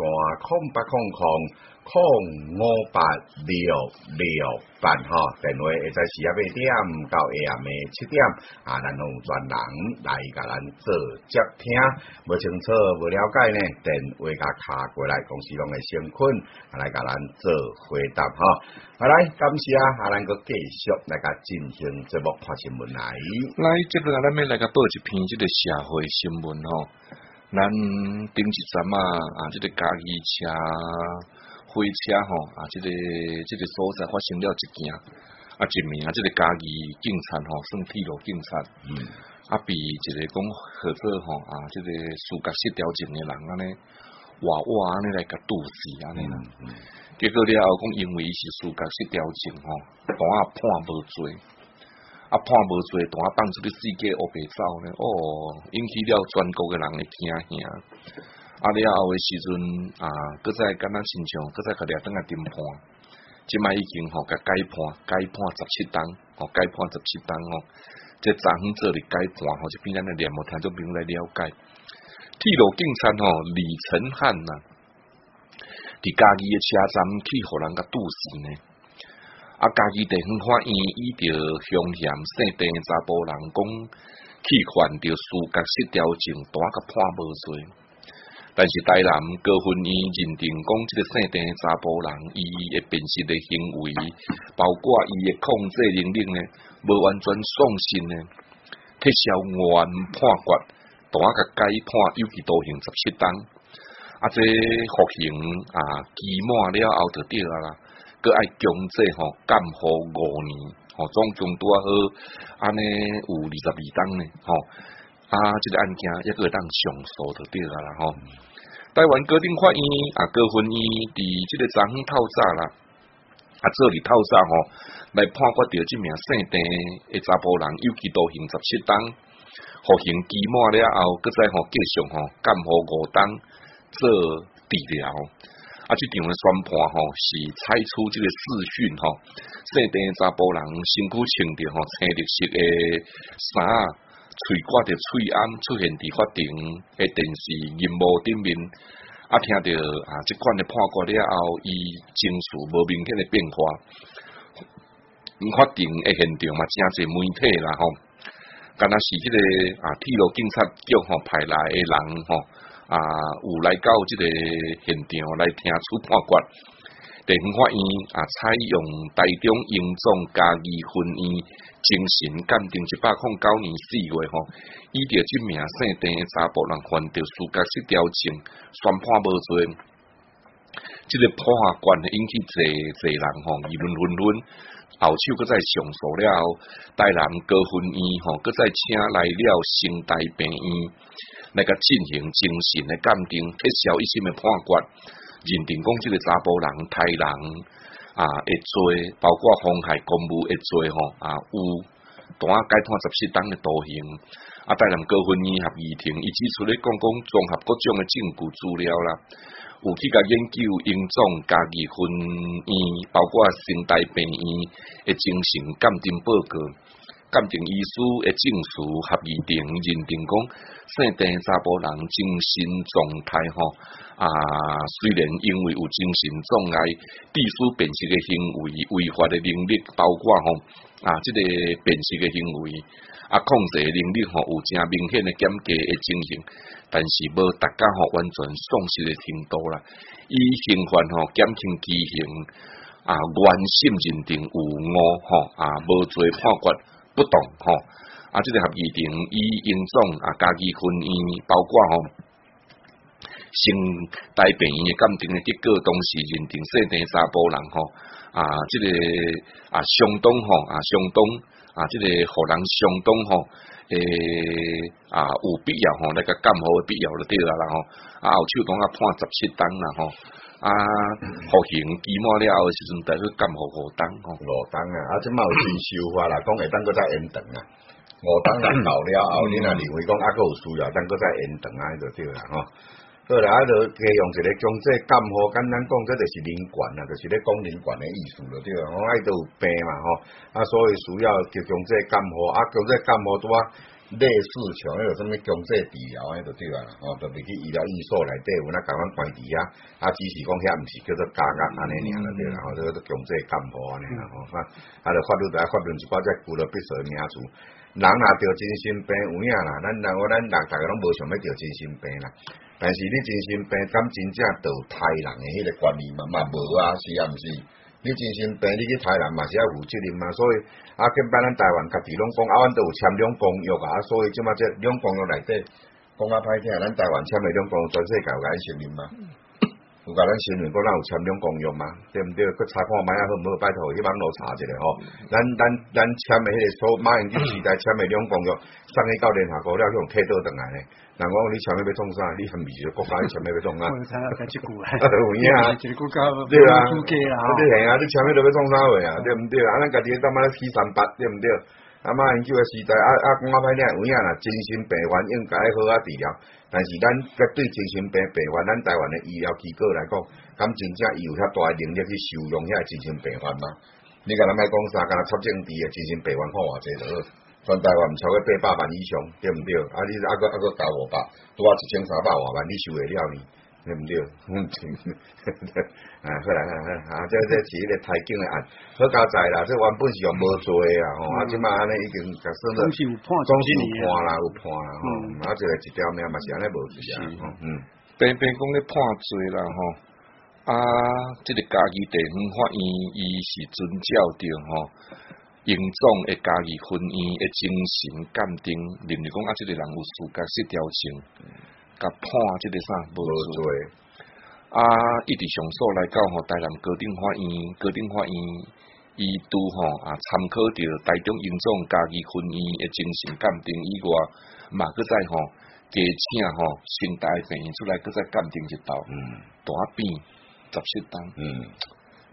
0800-058-668电话会在时8点到下暝7点咱有专人来甲咱做接听，无清楚无了解呢，电话甲卡过来，公司拢会先困来甲咱做回答好来，感谢咱个继续来甲进行节目看新闻来。 来，接下来咱要来甲报一篇这个社会新闻咱顶一站这个家己车火车这个所在发生了一件一名这个家己警察算铁路警察，被一个讲合作这个视觉失调症的人安尼活安尼来甲堵死安尼啦。结果了后讲，因为伊是视觉失调症单判无罪，判无罪，单放出去世界黑白走呢，引起了全国的人的惊吓。了后的时阵搁再敢若亲像，搁再甲掠转来侦判，即摆已经甲改判17档，改判17档这昨昏做哩改判这边咱的连无听众朋友来了解，铁路警察李承汉伫家己的车站去互人甲堵死呢，家己地方法院依着凶嫌姓郑查甫人讲去犯着视觉失调症，单甲判无罪。但是台南高分院认定讲，这个姓郑查甫人伊的辨识的行为，包括伊的控制能力呢，无完全丧失呢，撤销原判决，单甲改判有期徒刑17档。这服刑期满了后就对啦，佮爱强制监护5年，总共拄好安尼有22档呢，这个案件也个当上诉就对啦台湾高等法院高分院伫这个昨昏透早啦， 做伫透早吼来判决着即名姓陈诶查甫人有期徒刑17档，服刑期满了后，搁再继续监护5档做治疗。即场诶宣判是采取即个视讯姓陈查甫人身躯穿着青绿色诶衫仔，喙挂着喙罨出现伫法庭诶电视荧幕顶面。听到即款的判决了后，伊情绪无明显的变化。法庭的现场嘛，真侪媒体啦敢若是即个铁路警察局派来的人有来到即个现场来听处判决。地方法院采用台中英总家己分院精神鉴定109年4月依着即名姓陈的查甫人犯着司法失调症，宣判无罪。即个判决引起侪人议论纷纷。后手搁再上诉了后，台南高分院搁再请来了成大病院来甲进行精神的鉴定，撤销一审的判决。认定讲即个查甫人杀人会罪，包括妨害公务会罪有单改判17档的徒刑。台南高分院合议庭伊指出咧讲综合各种的证据资料啦，有去甲研究英总家己分院，包括成大病院的精神鉴定报告。鉴定医师的证词合议庭认定讲，姓陈查甫人精神状态虽然因为有精神障碍，必须辨识的行为违法的能力，包括即个辨识的行为控制能力有真明显的减低的情形，但是无达到完全丧失的程度啦。以刑犯减轻其刑原审认定有误无罪判决不当即个合议庭以英总家己分院包括成大病院的鉴定的结果，当时认定姓陈查甫人即个相当即个互人相当有必要来甲监护的必要就对啦后手当判17档啦服刑期满了后时阵，再去监护5档 5档即嘛有新修法啦，讲会当搁再延长5档若到了后，你若认为讲搁有需要，当搁再延长就对啦好啦，就加用一个强制监护，简单讲，这就是人权啦，就是咧讲人权的意思就对啦。都有病嘛所以需要叫强制监护，强制监护拄类似像迄个什么强制治疗就对啦特别去医疗院所内底有甲阮关伫遐只是讲遐毋是叫做加压安尼尔就对啦这个强制监护安尼啦就法律一寡只具了必须的名词。人若得精神病有影啦，咱大家拢无想要得精神病啦。但是你精神病敢真正得杀人的迄个权利嘛无是毋是？你精神病你去杀人嘛是要负责任嘛，所以近摆咱台湾家己拢讲阮都有签两公约所以即马这两公约内底讲歹听，咱台湾签的两公约全世界有甲咱承认嘛？有甲咱承认，咱有签两公约嘛？对毋对？佮查看卖好毋好？拜托去网络查一下咱签的迄个马英九时代签的两公约，送去到联合国了，去用退倒转来呢。人讲你签的要创啥？你还毋是国家你签的要创啥？有影对啊，你你签的都要创啥话对毋对？咱家己当买起300对毋对？马英九的时代讲歹听有影啦，精神病患应该好治疗，但是咱对精神病病患，咱台湾的医疗机构来讲，敢真正伊有遐大的能力去收容遐精神病患吗？你甲咱莫讲啥，敢若插政治的精神病患看偌济就好，全台湾毋超过800万以上，对毋对？你加500，拄1300万你收会了呢？对毋对？好啦，这是一个台警的案，好加载啦，这原本是用无做的即马安尼已经甲算了，总是有判啦，这个一条命嘛是安尼无去偏讲咧判罪啦这个家己地方法院伊是遵照着英总的家己分院的精神鉴定，认为讲这个人有司法失调症，甲判这个啥无罪。一直上诉来到台南高等法院伊拄参考着台中英总家己分院的精神鉴定以外，嘛搁再加请成大病院出来，搁再鉴定一道，大扁17档。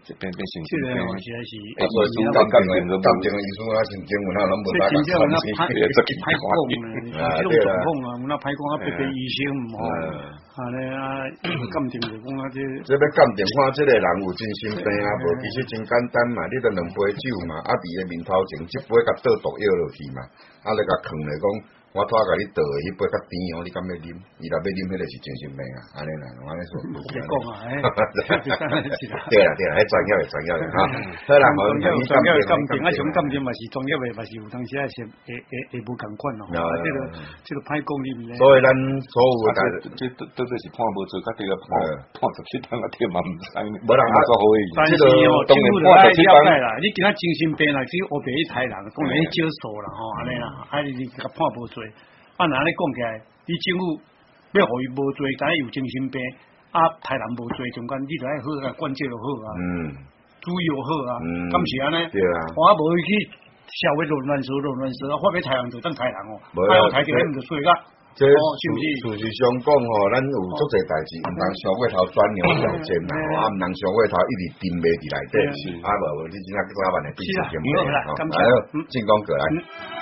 这边变成这个哦，实在是， 所以感情的意思啊，像经文啊，拢无大家关系。 歹讲啊，这种状况啊，有那歹讲啊，别医生吼，啊咧啊，感情就讲啊这要感情看这个人有真心病啊，无其实真简单嘛，你得两杯酒嘛，啊伫个面头前，这杯甲倒毒药落去嘛，啊你甲藏来讲。我拖甲你倒的迄杯较甜哦，你敢要啉？伊若要啉，迄个是精神病啊！安尼啦，我安尼说。 别讲啊， 对啦，迄专业的哈。好啦，好， 专业的感情啊，种感情嘛是专业的，嘛是有当时啊是会无共款咯。这个歹讲你唔咧。 所以咱所有的这对是判无罪，甲这个判17天啊，天嘛唔知呢。 无人啊， 但是哦，政府就爱了解啦。你今仔精神病啦，只有黑白一台人，当然去接受啦，吼，安尼啦，你甲判无罪。啊，那你讲起来，你政府要互伊无罪，敢有精神病，啊，害人无罪，中间你就爱好啊，管制就好啊，注意就好啊，敢是安尼？ 对啊， 我无去社会乱说，啊，我要害人就当害人哦，害我害着迄毋就衰啦。 这事实上讲吼，咱有足侪代志，毋通上过头钻牛角尖啦，啊，毋通上过头一直沉迷伫内底，啊，无你真正早晚会变成什么？来，进攻过来。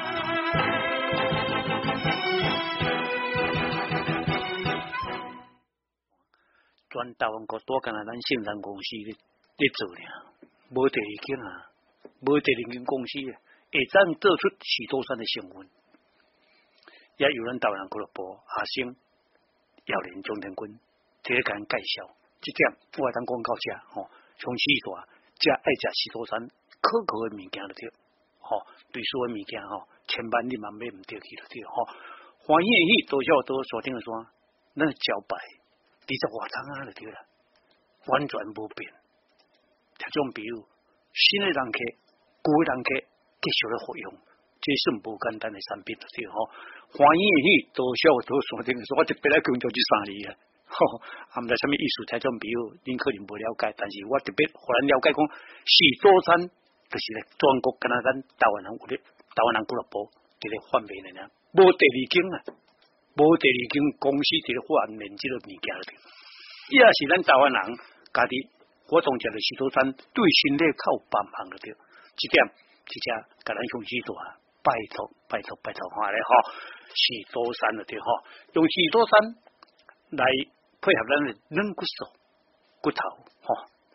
全台湾国多干咱信山公司咧做咧，无第二间啊，无第二间公司啊，会咱做出许多山的成分，也有咱台湾俱乐部阿星、姚连、钟天军，这个甲咱介绍，这点我当讲到遮吼，从许多遮爱食许多山可口的物件就对，吼，对所有物件吼，千万你嘛买唔对去就对，吼，欢喜喜多少多锁定了说，咱招牌。20外趟啊，就对啦，完全无变。这种比如新的人客、旧的人客继续来服用，这算无简单的产品就对吼。欢喜喜多少多锁定说，我特别来强调这3字啊，吼，啊毋知啥物意思？这种比如恁可能无了解，但是我特别互咱了解讲，许多山就是咧全国敢若咱台湾人有咧，台湾人俱乐部伫咧贩卖的呢，无第二间啊。无第二间公司伫咧贩卖即个物件了，也是咱台湾人家己活动食的许多山对身体较有帮忙了对，这点直接甲咱向许多拜托下来吼，许多山了对吼，用许多山来配合咱的软骨素、骨头吼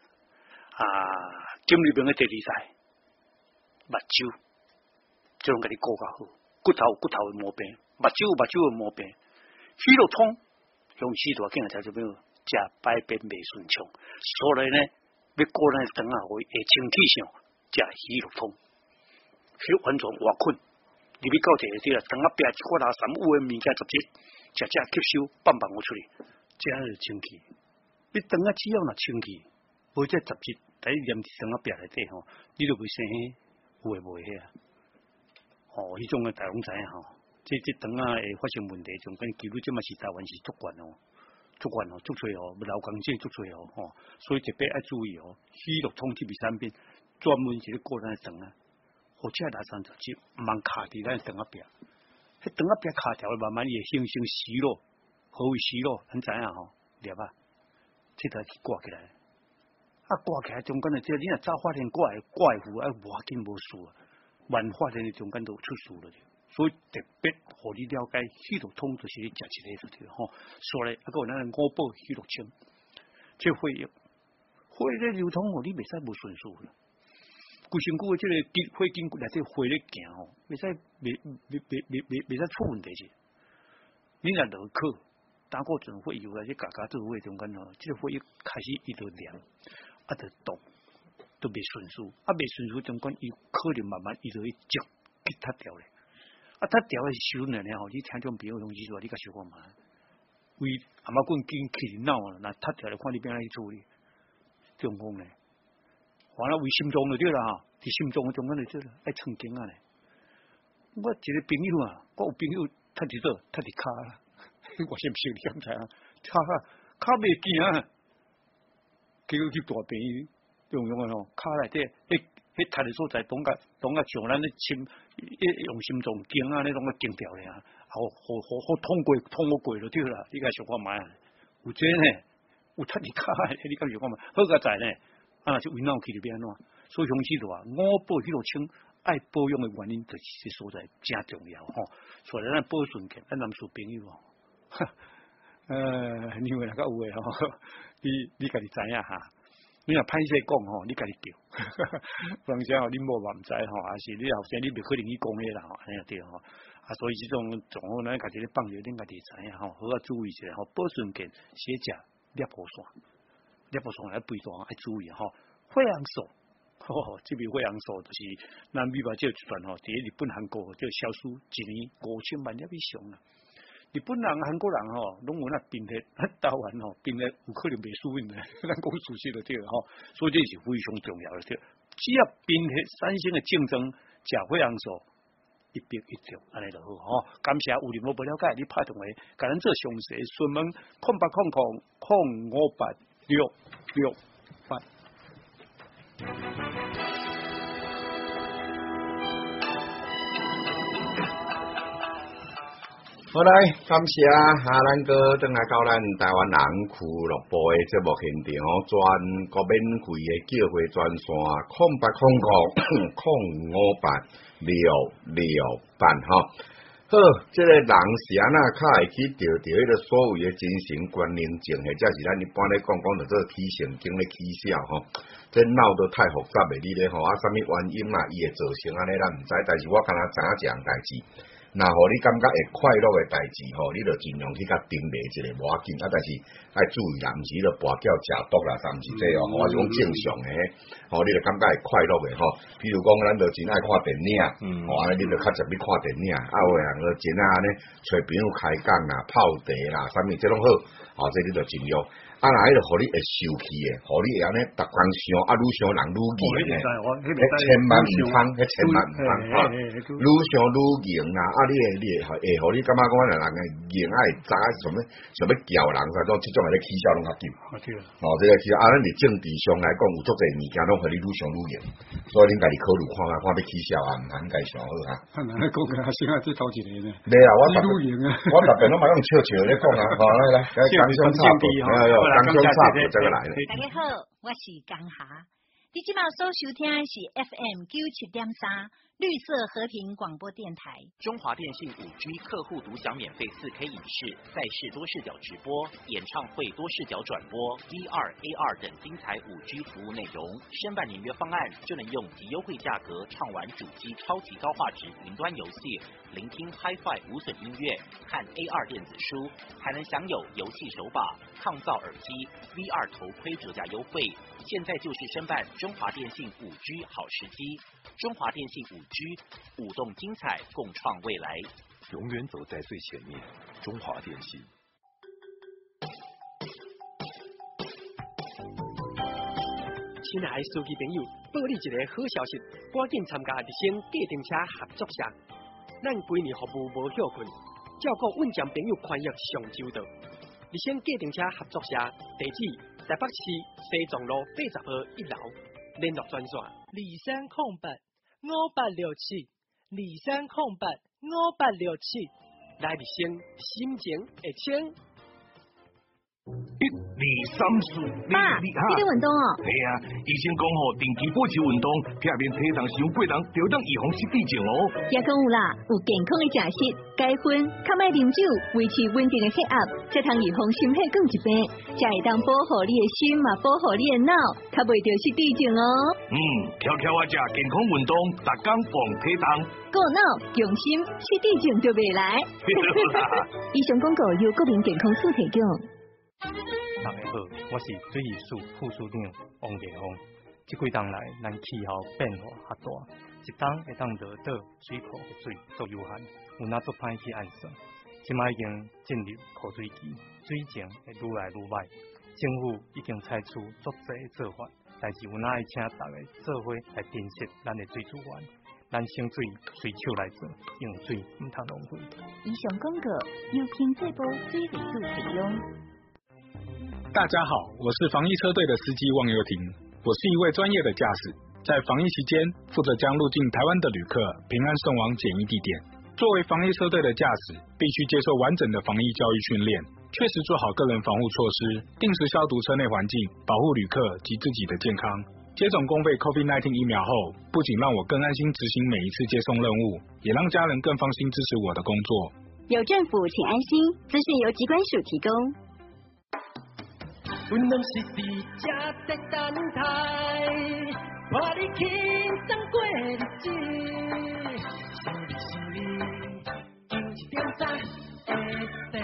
金里边的第二菜目睭，这种甲你顾较好，骨头的毛病。目睭的毛病，许多通用许多经条这边食排便未顺畅，所以呢，要过咱肠啊会清气上食许多通，许完全活困，你要到这个地啦，肠啊边一块垃圾有的物件直接食吸收放我出去，这样就清气。你肠啊只要若清气，无这杂质在黏肠啊边内底吼，你就袂生有诶无诶啊，迄种诶大拢知影吼。这肠啊会发生问题，中间几率这嘛是台湾是足悬哦，足多哦，流感症足多哦，吼，所以特别要注意哦。许多通这味产品专门是咧过咱的肠啊，或者垃圾杂质唔通卡伫咱肠啊边，迄肠啊边卡条慢慢也形成息肉，何为息肉？咱知影吼，对吧？这台是挂起来，挂起来中间的这你若早发现挂的负啊，无要紧无事啊，晚发现的中间都出事了。所以特别互你了解，许多通就是你食一个就对吼。所以个咱五宝许多清，这血液流通哦，你袂使无顺序啦。规身躯的这个血经内底血咧行哦，袂使出问题是。你若落去胆固醇血油啊，这加做血中间哦，这个血液开始伊就凉，就动，都袂顺序，袂顺序中间伊可能慢慢伊就会接给脱掉咧。脱掉的时阵呢吼，你听种朋友同志说，你甲想看嘛？为阿妈棍紧气闹啊，那脱掉来看你边来去处理，中风呢？完了为心脏就对啦哈，伫心脏中间就对啦，爱曾经啊咧。我一个朋友啊，我有朋友脱伫倒，脱伫骹啦，我先不你刚才啊，骹袂见啊，结果去大病院用啊吼，骹内底迄脱的所在，拢甲像咱咧用心脏经啊，那种个经掉咧啊，好通过就对啦。你甲想看卖啊？有这呢，有脱你骹，你敢想看卖？好个在呢， 啊，就为闹起就变安怎？所以雄起的话，五宝迄落清爱保养的原因，就是这所在真重要吼。所以咱保顺健，咱男士朋友哦，你话那个有诶吼，你家己知影哈。你若歹势讲吼，你家己叫，不然啥吼，你无嘛唔知吼，还是你后生你袂可能去讲迄啦吼，安尼对吼。啊，所以这种状况咱家己咧放药，恁家己知影吼，好啊注意一下吼，保顺健先食猎婆蒜，猎婆蒜来肥大爱注意吼，血氧素。这边血氧素就是咱美国这一段吼，伫日本、韩国就消失一年5000万粒以上啦。日本人、韩国人吼，拢有那病血，台湾吼病血有可能袂输因的，咱讲事实就对了吼。所以这是非常重要的对。只要病血产生的竞争，食血氧素一兵一将，安尼就好吼。感谢有任何不了解，你拍电话，甲咱做详细询问0800058668。 好来，感谢咱哥转来到咱台湾人俱乐部的节目现场，全国免费的叫货专线0800058668哈。好，这个人是安那较会去钓迄个所谓的精神关联症，或者是咱一般咧讲着做起神经咧起痟吼，这脑都太复杂的，你咧吼啥物原因嘛，伊会造成安尼咱毋知，但是我敢若知影一样代志。那互你感觉会快乐的代志吼，你就尽量去甲顶袂一个无要紧，但是爱注意啦，毋是著跋筊食毒啦，啥毋是这哦，我是讲正常的，吼，你就感觉会快乐的吼。比如讲，咱就真爱看电影，安尼你就较直去看电影，有诶人就真爱安尼找朋友开讲啦、泡茶啦，啥物这拢好，这你就尽量。啊，那迄个互你会受气诶，互你会安尼逐工想，愈想人愈严诶，千万毋通，千万毋通哈，愈想愈严啦。啊，你会互你感觉讲人个严爱早想要叫人啥种，即种诶咧起痟拢较紧。这个起痟，咱伫政治上来讲，有足侪物件拢互你愈想愈严，所以恁家己考虑看要要起痟啊，毋通家想好哈。 哪能讲啊？先啊，这头一个呢？ 对啊，我逐遍拢嘛用笑笑咧讲啊，来，讲相差不，讲相差不这个来了。 大家好，我是江霞。你今晚所收听的是 FM 97.3绿色和平广播电台。 中华电信5G 客户独享免费4K 影视、赛事多视角直播、演唱会多视角转播、VR、AR 等精彩5G 服务内容。申办年约方案就能用极优惠价格畅玩主机超级高画质云端游戏，聆听 HiFi 无损音乐，看 AR 电子书，还能享有游戏手把、抗噪耳机、VR 头盔折价优惠。现在就是申办中华电信5G 好时机。中华电信5G，舞动精彩，共创未来， 永远走在最前面。中华电信。 亲爱的司机朋友，报你一个好消息，赶紧参加日升计程车合作社。咱规年服务无休困，照顾稳健朋友权益上周到。日升计程车合作社地址：台北市西藏路80号1楼，联络专线23085867，23085867，来日升心情会清。 1、2、3、4， 爸，你咧运动哦？ 系啊，医生讲吼，定期保持运动，避免体重伤过重，就当预防失智症哦。 也讲有啦，有健康的食食，戒烟，较莫啉酒，维持稳定的血压，才通预防心血管疾病，才会当保护你的心嘛，保护你的脑，较袂着失智症哦。 悄悄啊食健康运动，逐工磅体重， 顾脑用心，失智症就袂来。以上广告由国民健康署提供。 大家好，我是水利署副署长王继峰。这几冬来，咱气候变化较大，一冬会当热岛水库的水足有限，有哪足歹去按算。现在已经进入枯水期，水情会愈来愈歹。政府已经采取足侪做法，但是有哪爱请大家做伙来珍惜咱的水资源。咱省水随手来做，用水唔通浪费。 以上广告由经济部水利署提供。 大家好，我是防疫车队的司机汪佑廷，我是一位专业的驾驶，在防疫期间负责将入境台湾的旅客平安送往检疫地点。作为防疫车队的驾驶，必须接受完整的防疫教育训练，确实做好个人防护措施，定时消毒车内环境，保护旅客及自己的健康。 接种公费 COVID-19 疫苗后，不仅让我更安心执行每一次接送任务，也让家人更放心支持我的工作。 有政府，请安心。资讯由疾管署提供。 阮拢是伫这在等待，看你轻松过日子，想你，今一点早会醒。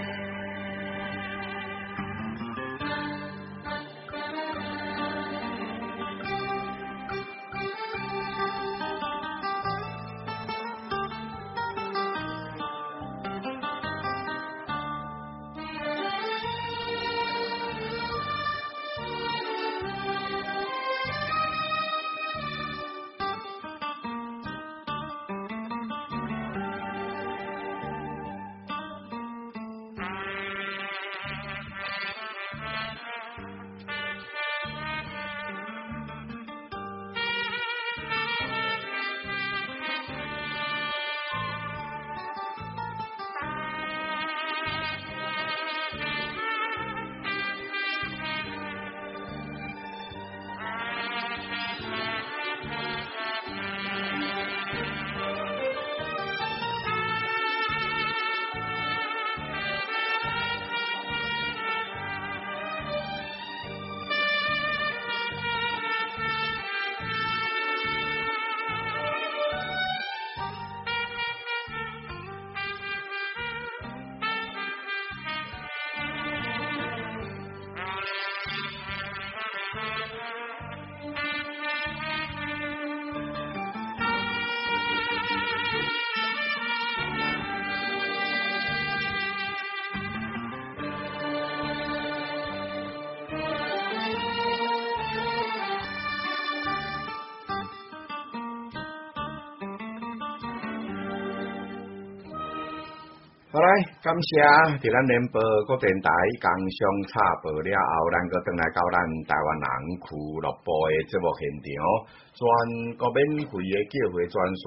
好来，感谢伫咱联播各电台工商插播了后，咱个转来到咱台湾人俱乐部的节目现场，全国免费的叫货专线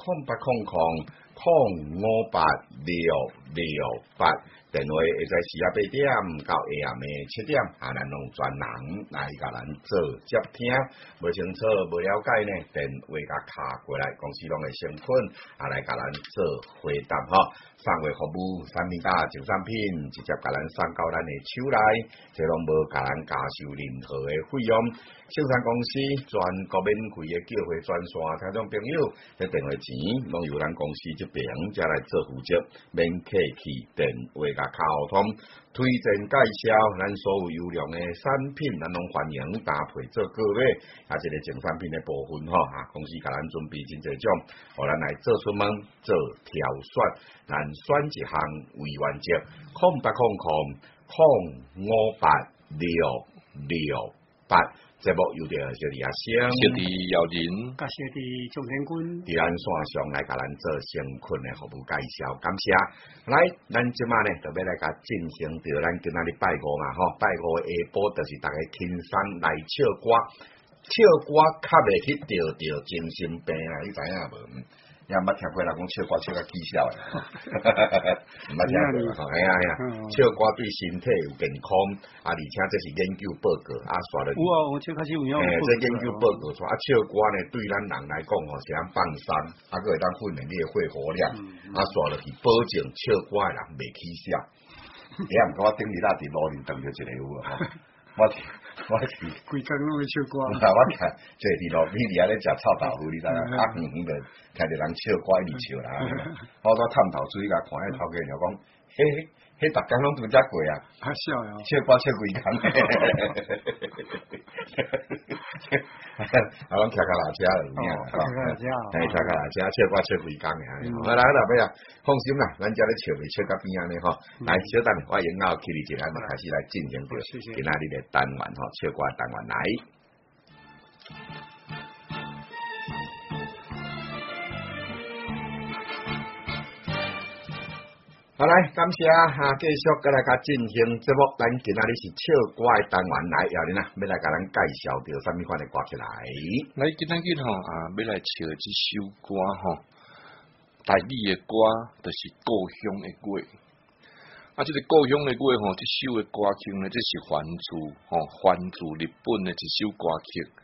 0800-058-668，电话会在48点到下暗的7点，咱拢专人来甲咱做接听，无清楚无了解呢，电话甲卡过来，公司拢会先困，来甲咱做回答吼。送货服务产品甲净产品直接甲咱送到咱的手内，这拢无甲咱加收任何的费用。生产公司全国免费的叫货专线，听众朋友，这电话钱拢由咱公司这边才来做负责，免客气，电话甲沟通，推荐介绍咱所有优良的产品，咱拢欢迎搭配做购买，这个净产品的部分吼，公司甲咱准备真侪种，互咱来做出门做挑选，咱选一项为原则，0800-058-668。节目有着小弟阿星， 小弟姚林， 甲小弟钟天军， 伫咱线上来甲咱做先困的服务介绍，感谢。来，咱即马呢，就要来甲进行着咱今仔日拜五嘛吼，拜五下晡就是大家轻松来唱歌，唱歌较袂去着精神病啊，你知影无？也毋捌听过人讲唱歌唱甲起痟诶，毋捌听过吼，哎呀，唱歌对身体有健康，而且这是研究报告，刷了。 有啊，我最开始有用。 这研究报告说，唱歌呢对咱人来讲吼，是通放松，佫会当训练你的肺活量，刷了去保证唱歌诶人袂起痟。也毋过我顶日啦伫路面碰着一个有啊，我是规工拢会唱歌。 我看坐伫路边伫遐咧食臭豆腐，你知影？远远着听着人唱歌一直唱啦。我都探头出去甲看迄头家就讲，迄逐工拢拄则过啊。 笑哟！ 唱歌唱规工。啊，阮骑脚踏车有影，骑脚踏车唱歌唱规工诶。好啦，老尾啊，放心啦，咱遮咧唱袂唱到边安尼吼。来，小等我引导起你一咱就开始来进行着今仔日的单元吼，唱歌单元来。好来，感谢继续搁来甲进行节目，咱今仔日是唱歌的单元来，姚林啊，要来甲咱介绍着啥物款的歌曲来。 来今仔日吼要来唱这首歌吼，台语的歌就是故乡的歌。这个故乡的歌吼，这首的歌曲呢，这是翻自日本的一首歌曲。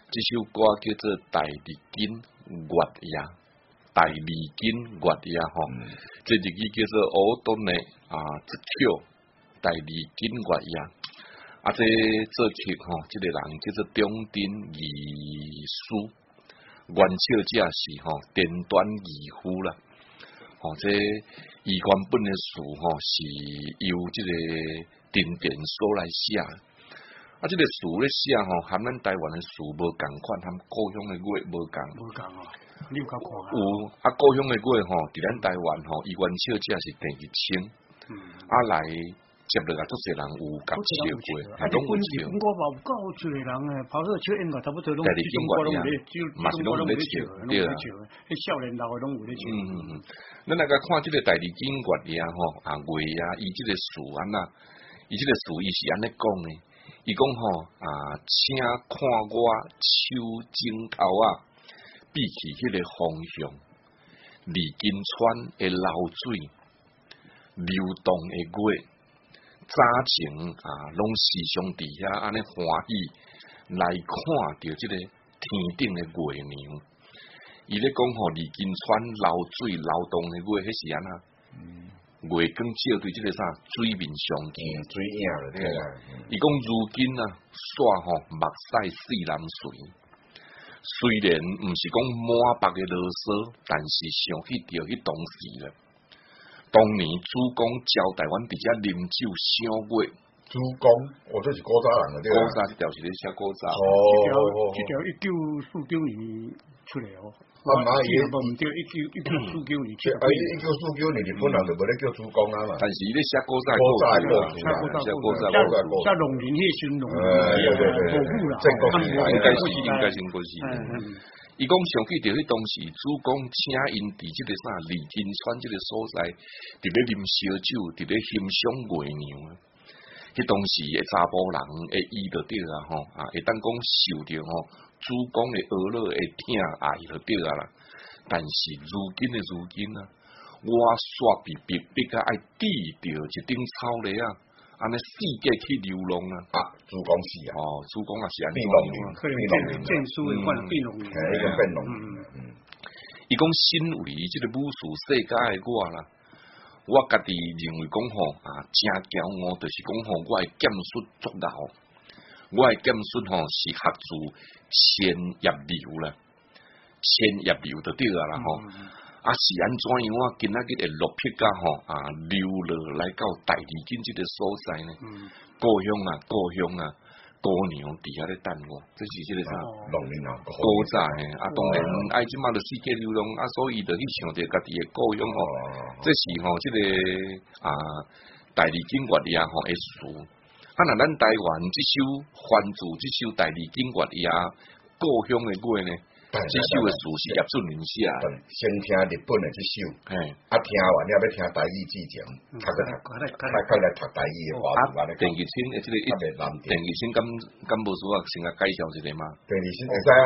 这首歌叫做《大利金月夜》，大利金月夜吼，这日语叫做奥顿的一曲大利金月夜。这作曲吼，这个人叫做中町义书，原唱者是电短义夫啦。这伊原本的词是由这个丁典所来写。这个词咧写和咱台湾的词无共款，和故乡的话无共。 无共你有较看？ 有故乡的话伫咱台湾伊原唱者是陈玉清，来接落来足侪人有甲唱过，拢有唱。 我嘛有够侪人跑去唱音乐，差不多拢中国拢有咧，嘛是拢有咧唱，对啊。 迄少年老的拢有咧唱。 咱来甲看即个大利金月夜月夜，伊即个词安那，伊即个词伊是安尼讲的。伊讲请看我手指头比起迄个方向，离金川的流水，流动的月，早前拢时常伫遐安尼欢喜来看着即个天顶的月亮。伊咧讲离金川流水流动的月，迄是安那？月光照对即个啥水面上见水影了，对啦。 伊讲如今煞目屎水蓝水，虽然毋是讲满腹的啰嗦，但是想起着迄当时咧。当年主公招台湾伫遮啉酒赏月， 主公，这是古早人了，对啦。 古早这条是咧写古早。 这条1949年出来伊无毋对，1949年出来。 1949年日本人就无咧叫主公嘛。 但是伊咧写古早写古早农民迄时农民，保护啦， 应该是过时。伊讲想起着迄当时主公请因伫即个啥离金川即个所在，伫咧啉烧酒，伫咧欣赏月亮。迄当时的查甫人会伊就对啦会当讲受着主公的娱乐的疼爱就对啦。但是如今我煞被逼爱抵着一顶草咧安尼世界去流浪主公是主公也是安尼证书的款变农民， 变农民。 伊讲身为即个武术世界的我啦。我家己认为讲真骄傲，就是讲我的剑术足够，我的剑术是学自千叶流啦，千叶流就对啦是安怎样今仔日会落魄甲流落来到大利金这个所在呢？故乡姑娘伫遐咧等我，这是即个啥？ 农民古早当然爱即马就世界流浪所以就去想着家己的故乡这是即个大利金月夜的词。若咱台湾即首翻自即首大利金月夜故乡的月呢？这首的词是叶俊麟写的。 先听日本的这首，听完了要听台语之前，较来读台语的话。 陈玉清的这个陈玉清敢无需要先甲介绍一下吗？ 陈玉清会使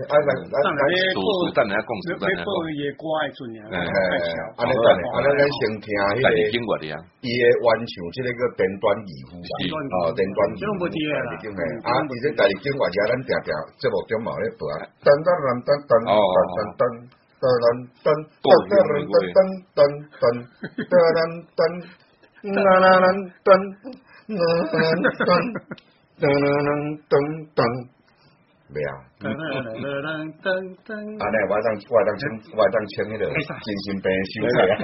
等下讲要报伊的歌的阵安尼咱先听迄个伊的原唱，这个叫电短义夫电短义夫。伊这大利金月夜，咱定定节目中嘛咧播噔噔噔噔噔噔噔噔噔噔噔噔袂啊！安尼我当请迄个精神病手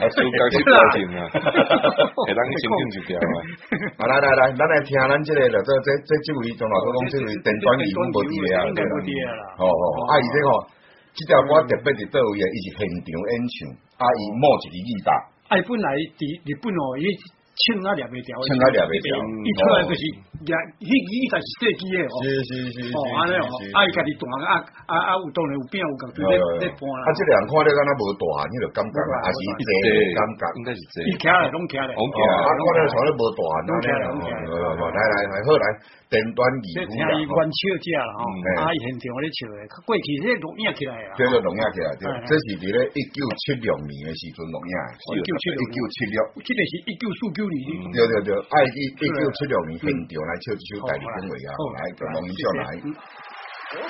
会当清醒一条来，咱来听咱这个了，这位从哪个讲？这位电短义夫无伫咧啊？伊这这条歌特别伫倒位啊？伊是现场演唱，伊摸一支吉他。 伊本来伫日本伊唱啊抓袂调，伊出来就是迄才是设计的是安尼伊家己弹有当然有变有共咧搬啦。 这个人看了敢若无大汉，迄个感觉啊，是这感觉， 应该是这。 伊徛咧，拢徛咧。 看了像咧无大汉安尼。来，好来，电短义夫。 听伊原唱者啦伊现场咧唱的，过去这录影起来啊。 这个录影起来，这是伫咧1976年的时阵录影的。1976， 这个是1949年。 对，1976年现场来唱这首大利金月夜，来，农民上来。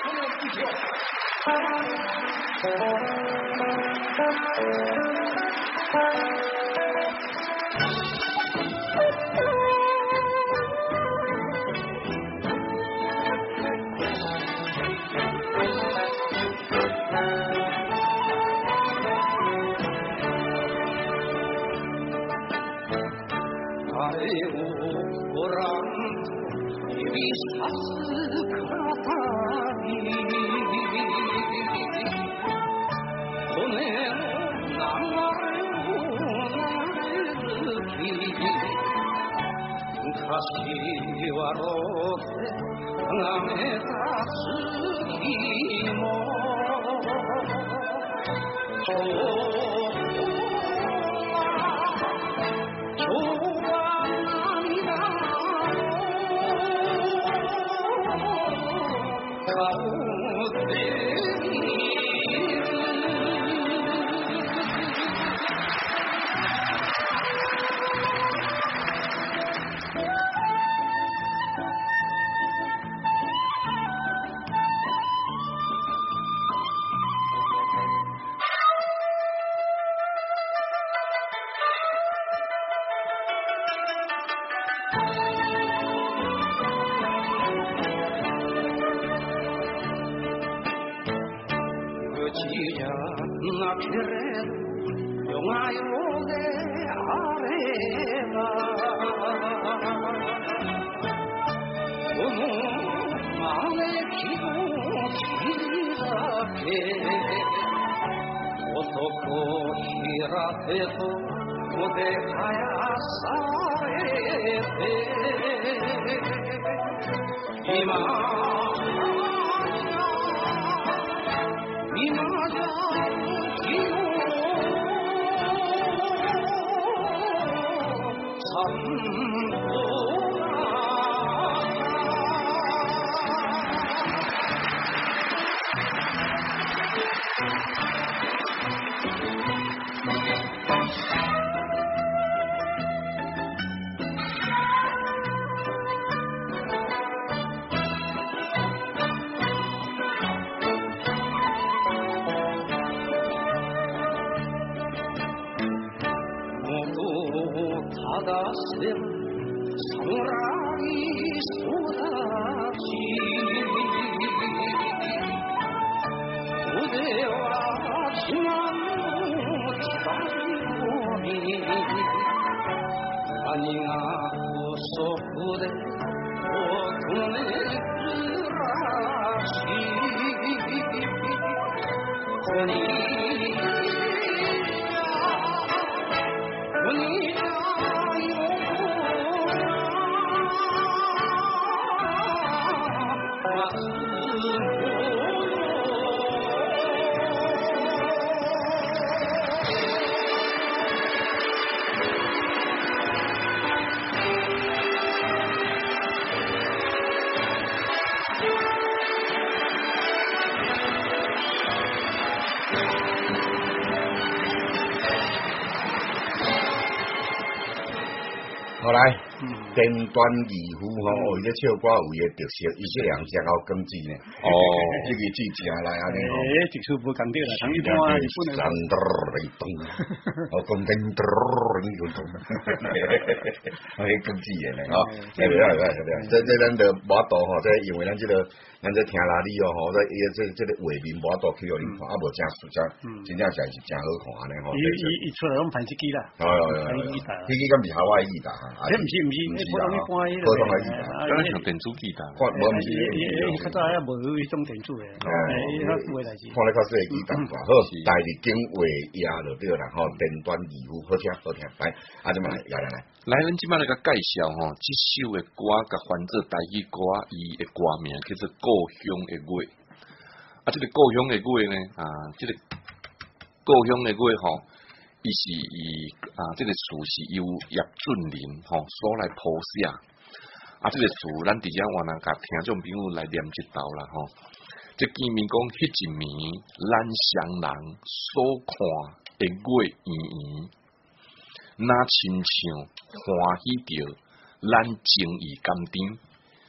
好来，电端二胡吼，伊咧唱歌有伊个特色，伊这两只好根基呢。哦，这个最正来安尼吼。 直出无共对啦，像一般日本的。 我讲叮咚，你讲咚，迄根基个呢吼。对，这咱就无度吼，这因为咱这个。咱这听哪里哦吼，这个画面无多去互恁看，无正真正是真好看安尼吼。 伊出来拢弹一支啦， 弹吉他，迄个敢是夏威夷的哈？ 这毋是，普通一般迄个。普通的吉他， 咱像电子吉他， 无毋是。 较早还无迄种电子的，较有诶代志。 看咧较细吉他吧，好，大日经画押就对啦吼，电端二胡好听，来，即嘛来， 咱即摆来甲介绍吼，即首诶歌甲翻做台语歌，伊诶歌名叫做故乡的月。啊，这个故乡的月呢，这个故乡的月吼，伊是这个词是由叶俊麟吼所来谱写。啊，这个词咱伫遮原来甲听众朋友来念一道啦吼。即见面讲，迄一暝，咱双人所看的月圆圆。那亲像欢喜着咱情谊甘甜，为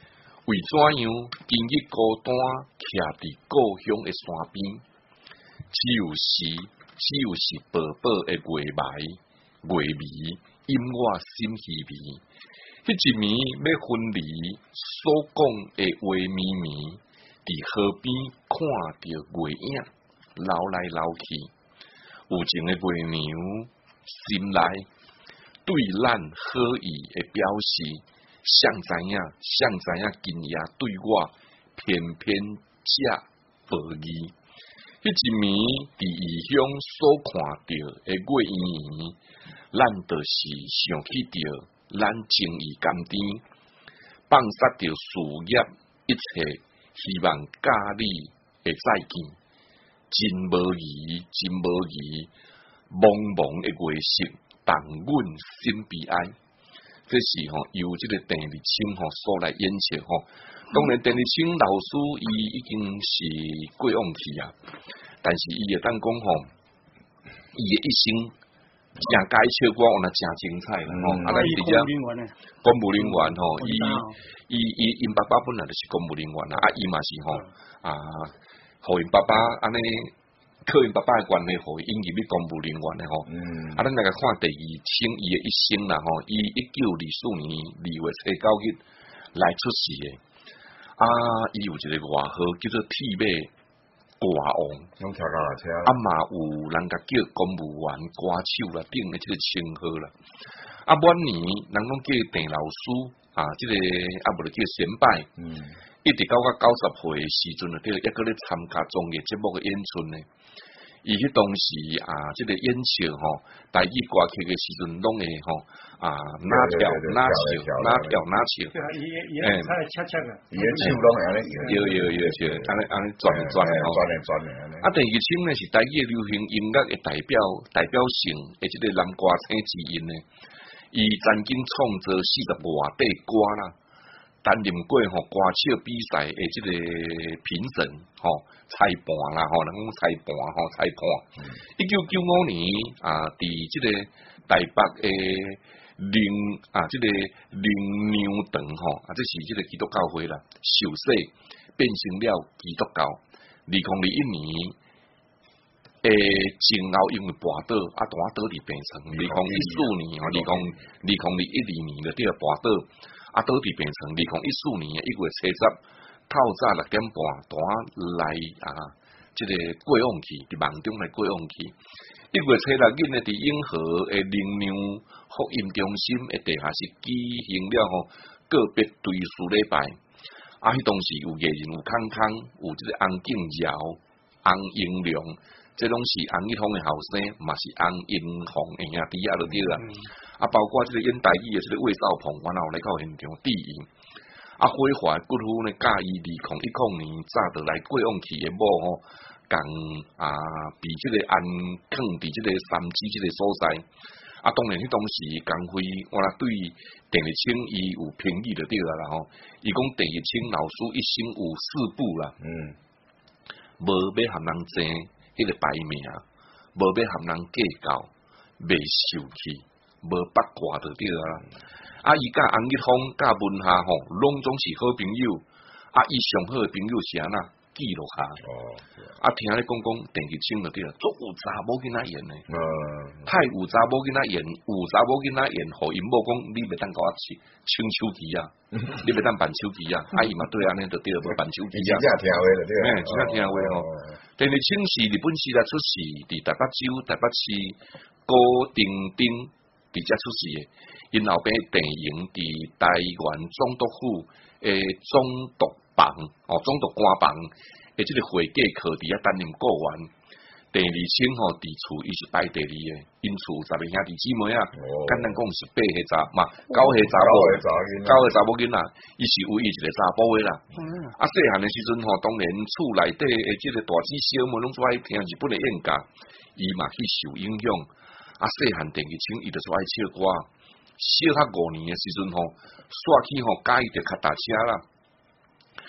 为怎样今日孤单徛伫故乡的山边，只有是宝宝的月眉引我心稀微。迄一暝要分离，所讲的话绵绵，伫河边看着月影流来流去，有情的月娘心内对咱好意的表示。像知影，今夜对我偏偏遮无义。迄一暝伫异乡所看到的月圆，咱就是想起着咱情义甘甜，放杀着事业一切，希望甲你会再见。真无疑，茫茫的月色，但阮心悲哀。这是由这个邓丽青所来演唱当然邓丽青老师伊已经是过往去啊，但是伊会当讲伊的一生真该唱歌，那真精彩啦啊，咱直接公务人员伊爸爸本来就是公务人员啊，伊嘛是互因爸爸安尼。靠因爸爸的关系，互伊引入去公务人员的咱来看第二清伊的一生啦伊1924年2月7日来出世的伊有一个外号叫做铁马歌王，嘛有人甲叫公务员歌手啦，顶的这个称号啦。晚年人拢叫邓老师这个无就叫先拜。一直到90岁的时阵抑搁咧参加综艺节目的演出呢。伊迄当时这个演唱台语歌曲的时阵，拢会哪跳。伊的手拢会安尼摇，安尼转的第二清呢是台语流行音乐的代表性的这个男歌星之一呢。伊曾经创作40外底歌啦。担任过歌手比赛的这个评审裁判啦人讲裁判1995年伫这个台北的这个灵娘堂这是这个基督教会啦，受洗变成了基督教。2001年前后因为跋倒倒伫病床，2014年2012年就对跋倒。倒伫病床，2014年1月70透早6点半，来这个过往去，伫梦中来过往去。1月7日呢，伫永和的灵娘福音中心的地下室举行了个别追思礼拜。迄当时有艺人有康康，有这个洪敬尧、洪英良，这拢是洪一峰的后生，嘛是洪英宏的兄弟就对啦。包括这个演台语的这个魏少鹏，然后来到现场致意。辉华骨夫呢，介意2010年早就来过往去的某共被这个安放伫这个三芝这个所在。当然迄当时工会我对邓丽青伊有评语就对啦伊讲邓丽青老师一生有4步啦，无要和人争迄个排名，无要和人计较，袂受气。无八卦就对啦。伊甲洪一峰、甲文夏拢总是好朋友。伊上好的朋友是安那记录下。听你讲邓丽青就对啦，足有查某囡仔演的。太有查某囡仔演，有查某囡仔演，互因某讲你袂当甲我唱手机你袂当办手机伊嘛对安尼就对，无办手机真正听话就对。真正听话邓丽青是日本时代出世，伫台北州台北市高丁丁。伫遮出世的，因后边电影伫台湾总督府的总督房官房的这个会计科伫遐担任顾问。第二清伫厝伊是排第2的，因厝10个兄弟姊妹简单讲是8个查嘛，9个查某囡仔，伊是唯一一个查甫的啦。细汉的时阵当然厝内底的这个大姊小妹拢做爱听日本的演歌，伊嘛去受影响。细汉邓丽青伊就做爱唱歌，小学5年的时阵煞去教伊着脚踏车啦。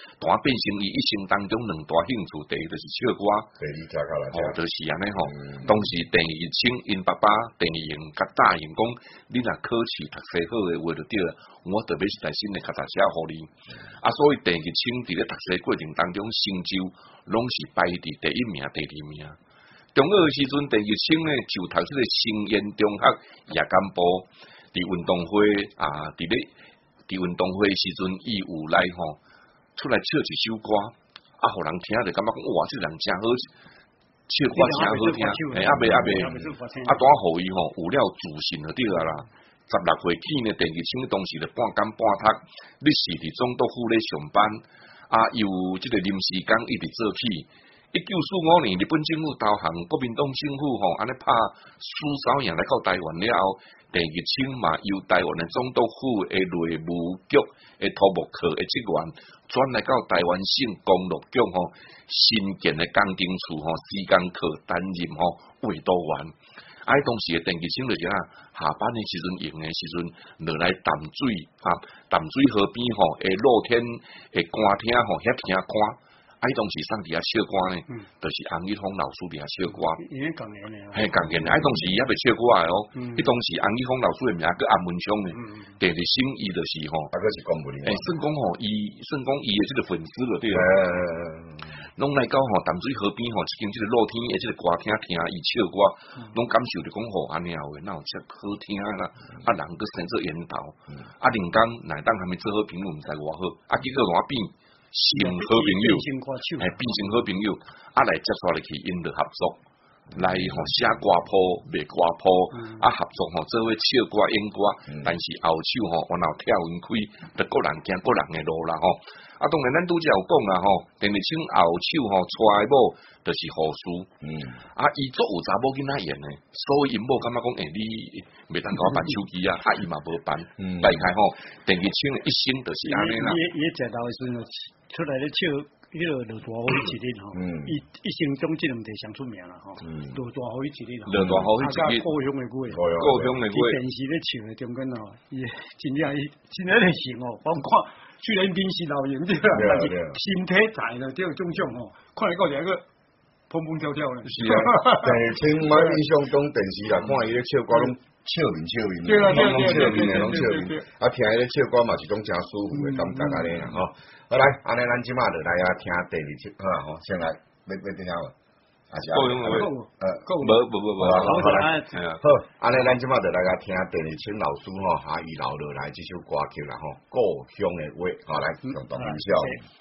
单变成伊一生当中两大兴趣，第一就是唱歌，就是安尼吼。当时第二请因爸爸，第二用甲答应讲，你若考试读书好诶话就对了，我特别是在新诶脚踏车互你。所以第二请伫咧读书过程当中，成就拢是排伫第一名、第二名。中学时阵，第二请呢就读即个成延中学夜间部，伫运动会伫运动会时阵，伊有来出来唱一首歌，互人听就感觉讲哇，这人真好，唱歌真好听，当互伊有了自信就对啦。16岁起呢，第二请当时就半工半读，你是伫总督府咧上班，有即个临时工一直做起。1945年，日本政府投降，国民党政府安尼拍输扫赢来到台湾了后，第二请嘛由台湾的总督府的内务局的土木科的职员转来到台湾省公路局新建的工程处施工科担任委托员。当时的第二请就是下班的时阵用的时阵，落来淡水河边的露天的歌厅遐听看。当时上伫遐唱歌呢，就是洪一峰老师伫遐唱歌。 讲言呢？ 讲言。当时伊还未唱歌的当时洪一峰老师的名叫安文昌呢。第二星伊就是是公务员。 算讲伊的这个粉丝了对啦。拢来到淡水河边一间这个露天的这个歌厅听伊唱歌，拢感受着讲安尼话，哪有遮好听啦？人佫生做烟头，人工乃当还没做好评论，毋知偌好，结果我变。成好朋友，变成好朋友，来接触入去，因着合作，来写歌谱、卖歌谱，合作做伙唱歌、演歌，但是后手往后跳远开，着个人行个人的路啦当然咱拄则有讲啦第二请后手娶的某就是护士，伊足有查某囡仔演的，所以因某感觉讲你袂当甲我办手机伊嘛无办，大概第二请一生就是安尼啦。 伊食头的时阵出来咧唱，迄个落大雨一日伊一生中即两题上出名啦落大雨一日落大雨一日， 故乡的歌， 故乡的歌， 电视咧唱的中间伊真正真咧行我看。虽然平时老人对啦，但是身体在了，这种种看来到一个蹦蹦跳跳咧。 是啊，但是像我印象中电视啦，看伊咧唱歌拢笑面，拢笑面，听伊咧唱歌嘛是种真舒服的感觉安尼啦好来，安尼咱即马就来听第二集先来，要听无？ 够用无？ 好，安尼咱即马就来听第二请老师伊留落来这首歌曲啦故乡的话，来用动音效。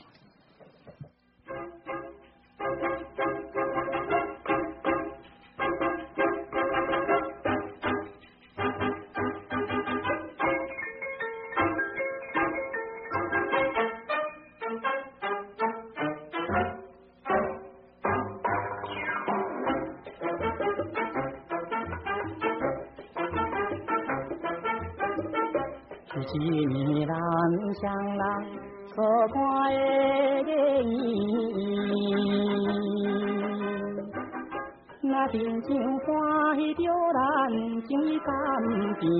一年咱双人所看的那真正欢喜着咱情意感情，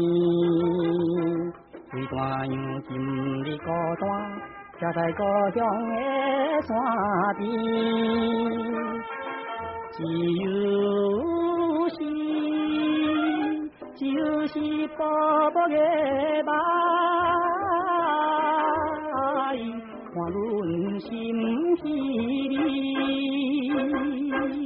为大洋今日孤单，徛在故乡的山边，就是宝宝的梦，看阮心喜哩。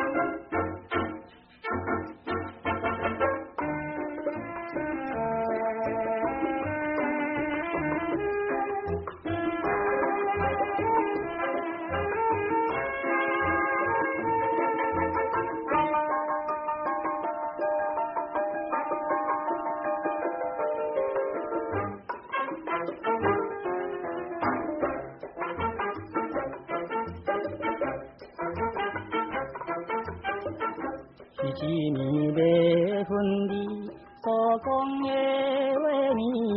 一年月份里所讲的话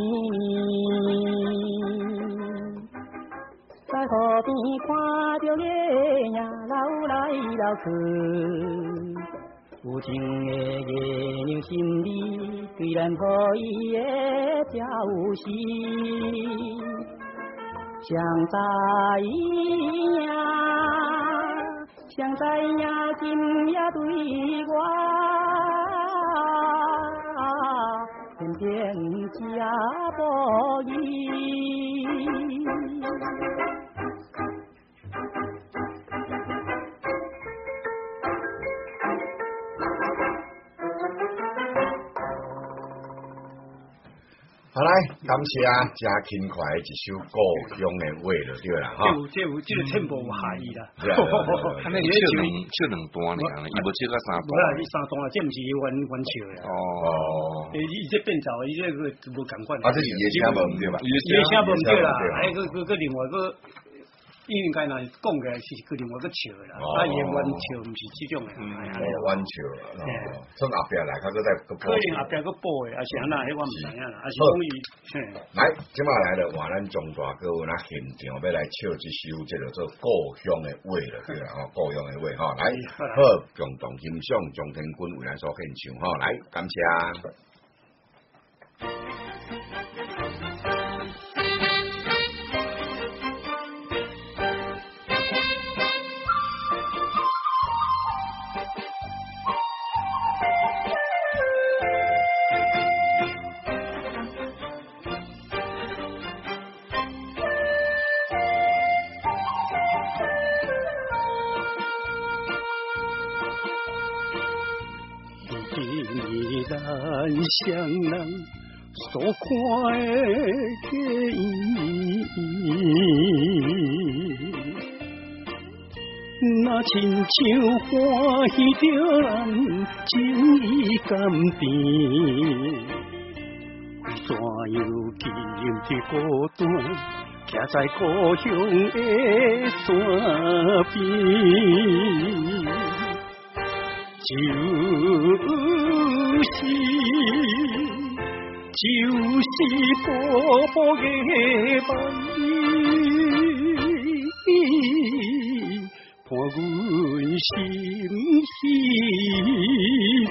在河边看着月影流来流去，有情的月娘心里虽然无伊的消息， 谁知影，谁知影心也对我，偏偏吃无义。 好来，感谢真轻快的一首故乡的话就对啦，哈。 这个tempo有下意啦。 他那唱两段尔，伊无唱到三段。 无啦，伊三段啊，这毋是原唱的。哦。伊这变奏，伊这个无共款。 啊，这是伊的声无对吧？ 伊的声无对啦，还个另外个。应该若是讲起来是佢另外个笑啦，伊原笑毋是即种诶。 原笑，从后壁来，较搁再搁补。 可能后壁搁补诶，还是安那？迄我毋知影啦，还是讲伊。 来，即马来了，换咱中大各位那现场要来唱一首，这叫做故乡诶话了，对啦，吼，故乡诶话，吼，来，好，共同欣赏张天军为咱所献唱，吼，来，感谢。 咱乡人所看的景，那亲像欢喜着咱情意甘甜，怎样记着孤单，徛在故乡的山边。就是薄薄的梦里，伴阮心稀微。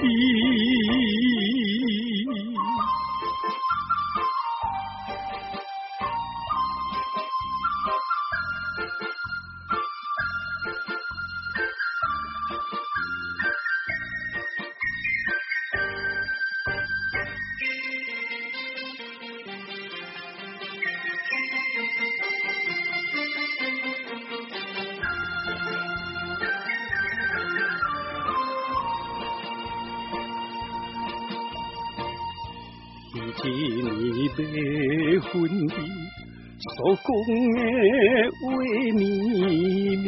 一年要分离，所讲的话绵绵，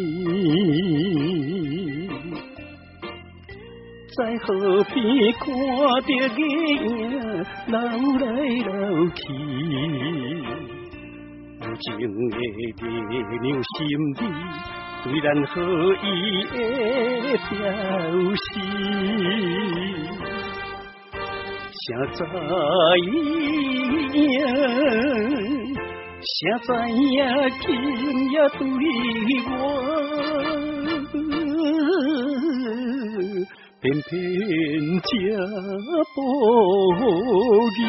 在河边看着月影流来流去，有情的月亮心里，对咱好意的表示。谁知影？谁知影？情也对我，偏偏吃无义。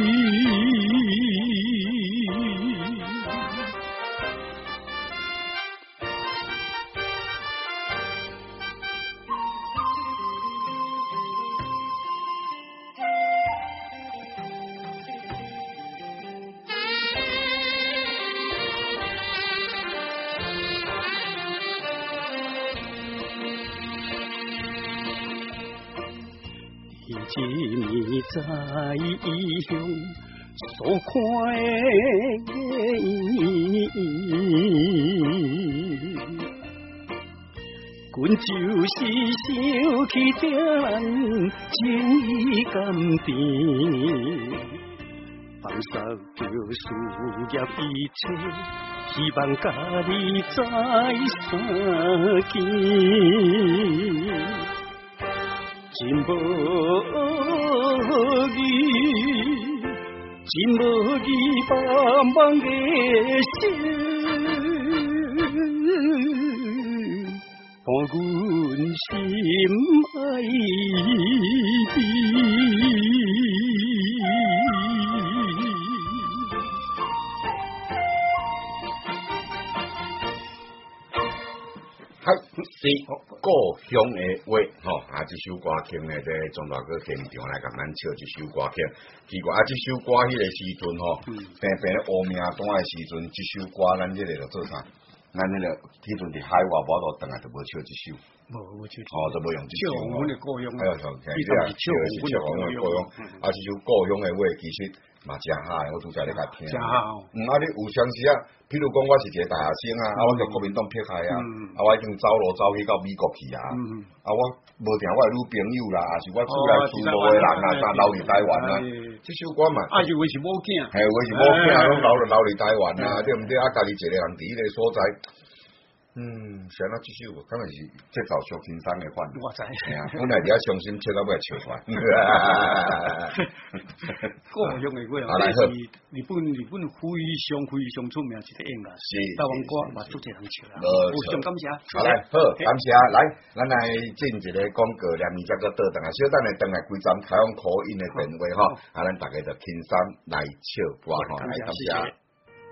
一年在异乡所看的影，阮就是想起着咱情意甘甜，放手着事业一切，希望甲你再相见。真无义，真无义，茫茫的心，伴阮心爱的。 是故乡的话，这首歌曲呢，在中大哥现场来甲咱唱这首歌曲。奇怪这首歌迄个时阵平平乌名单的时阵，这首歌咱这个就做啥？咱迄个迄阵伫海外无倒，等下就无唱这首。 无唱。 都无用这首。 唱阮的故乡。 哎呦，唱阮的故乡。这首故乡的话，其实嘛真好的，我拄则咧甲听。 真好。 你有相时啊，譬如讲我是一个大学生啊，我着国民党撇开啊，我已经走路走去到美国去啊，我无定我女朋友啦，也是我厝内厝无的人啊，啥留伫台湾啊，这首歌嘛， 以为是某囝， 系为是某囝，拢留伫台湾啊，对毋对？家己一个人伫迄个所在。想到这首，可能是节奏小轻松的款。 我知。 系啊，本来伫遐伤心，笑到尾笑出来。 故乡的歌，这是日本非常出名一个音乐。是。台湾歌嘛，足侪人唱啦。非常感谢。 好来，好，感谢。来，咱来进一个广告，连面才个倒转啊，小等下等下规站开放call in的电话吼，咱大家就轻松来唱歌吼，来感谢。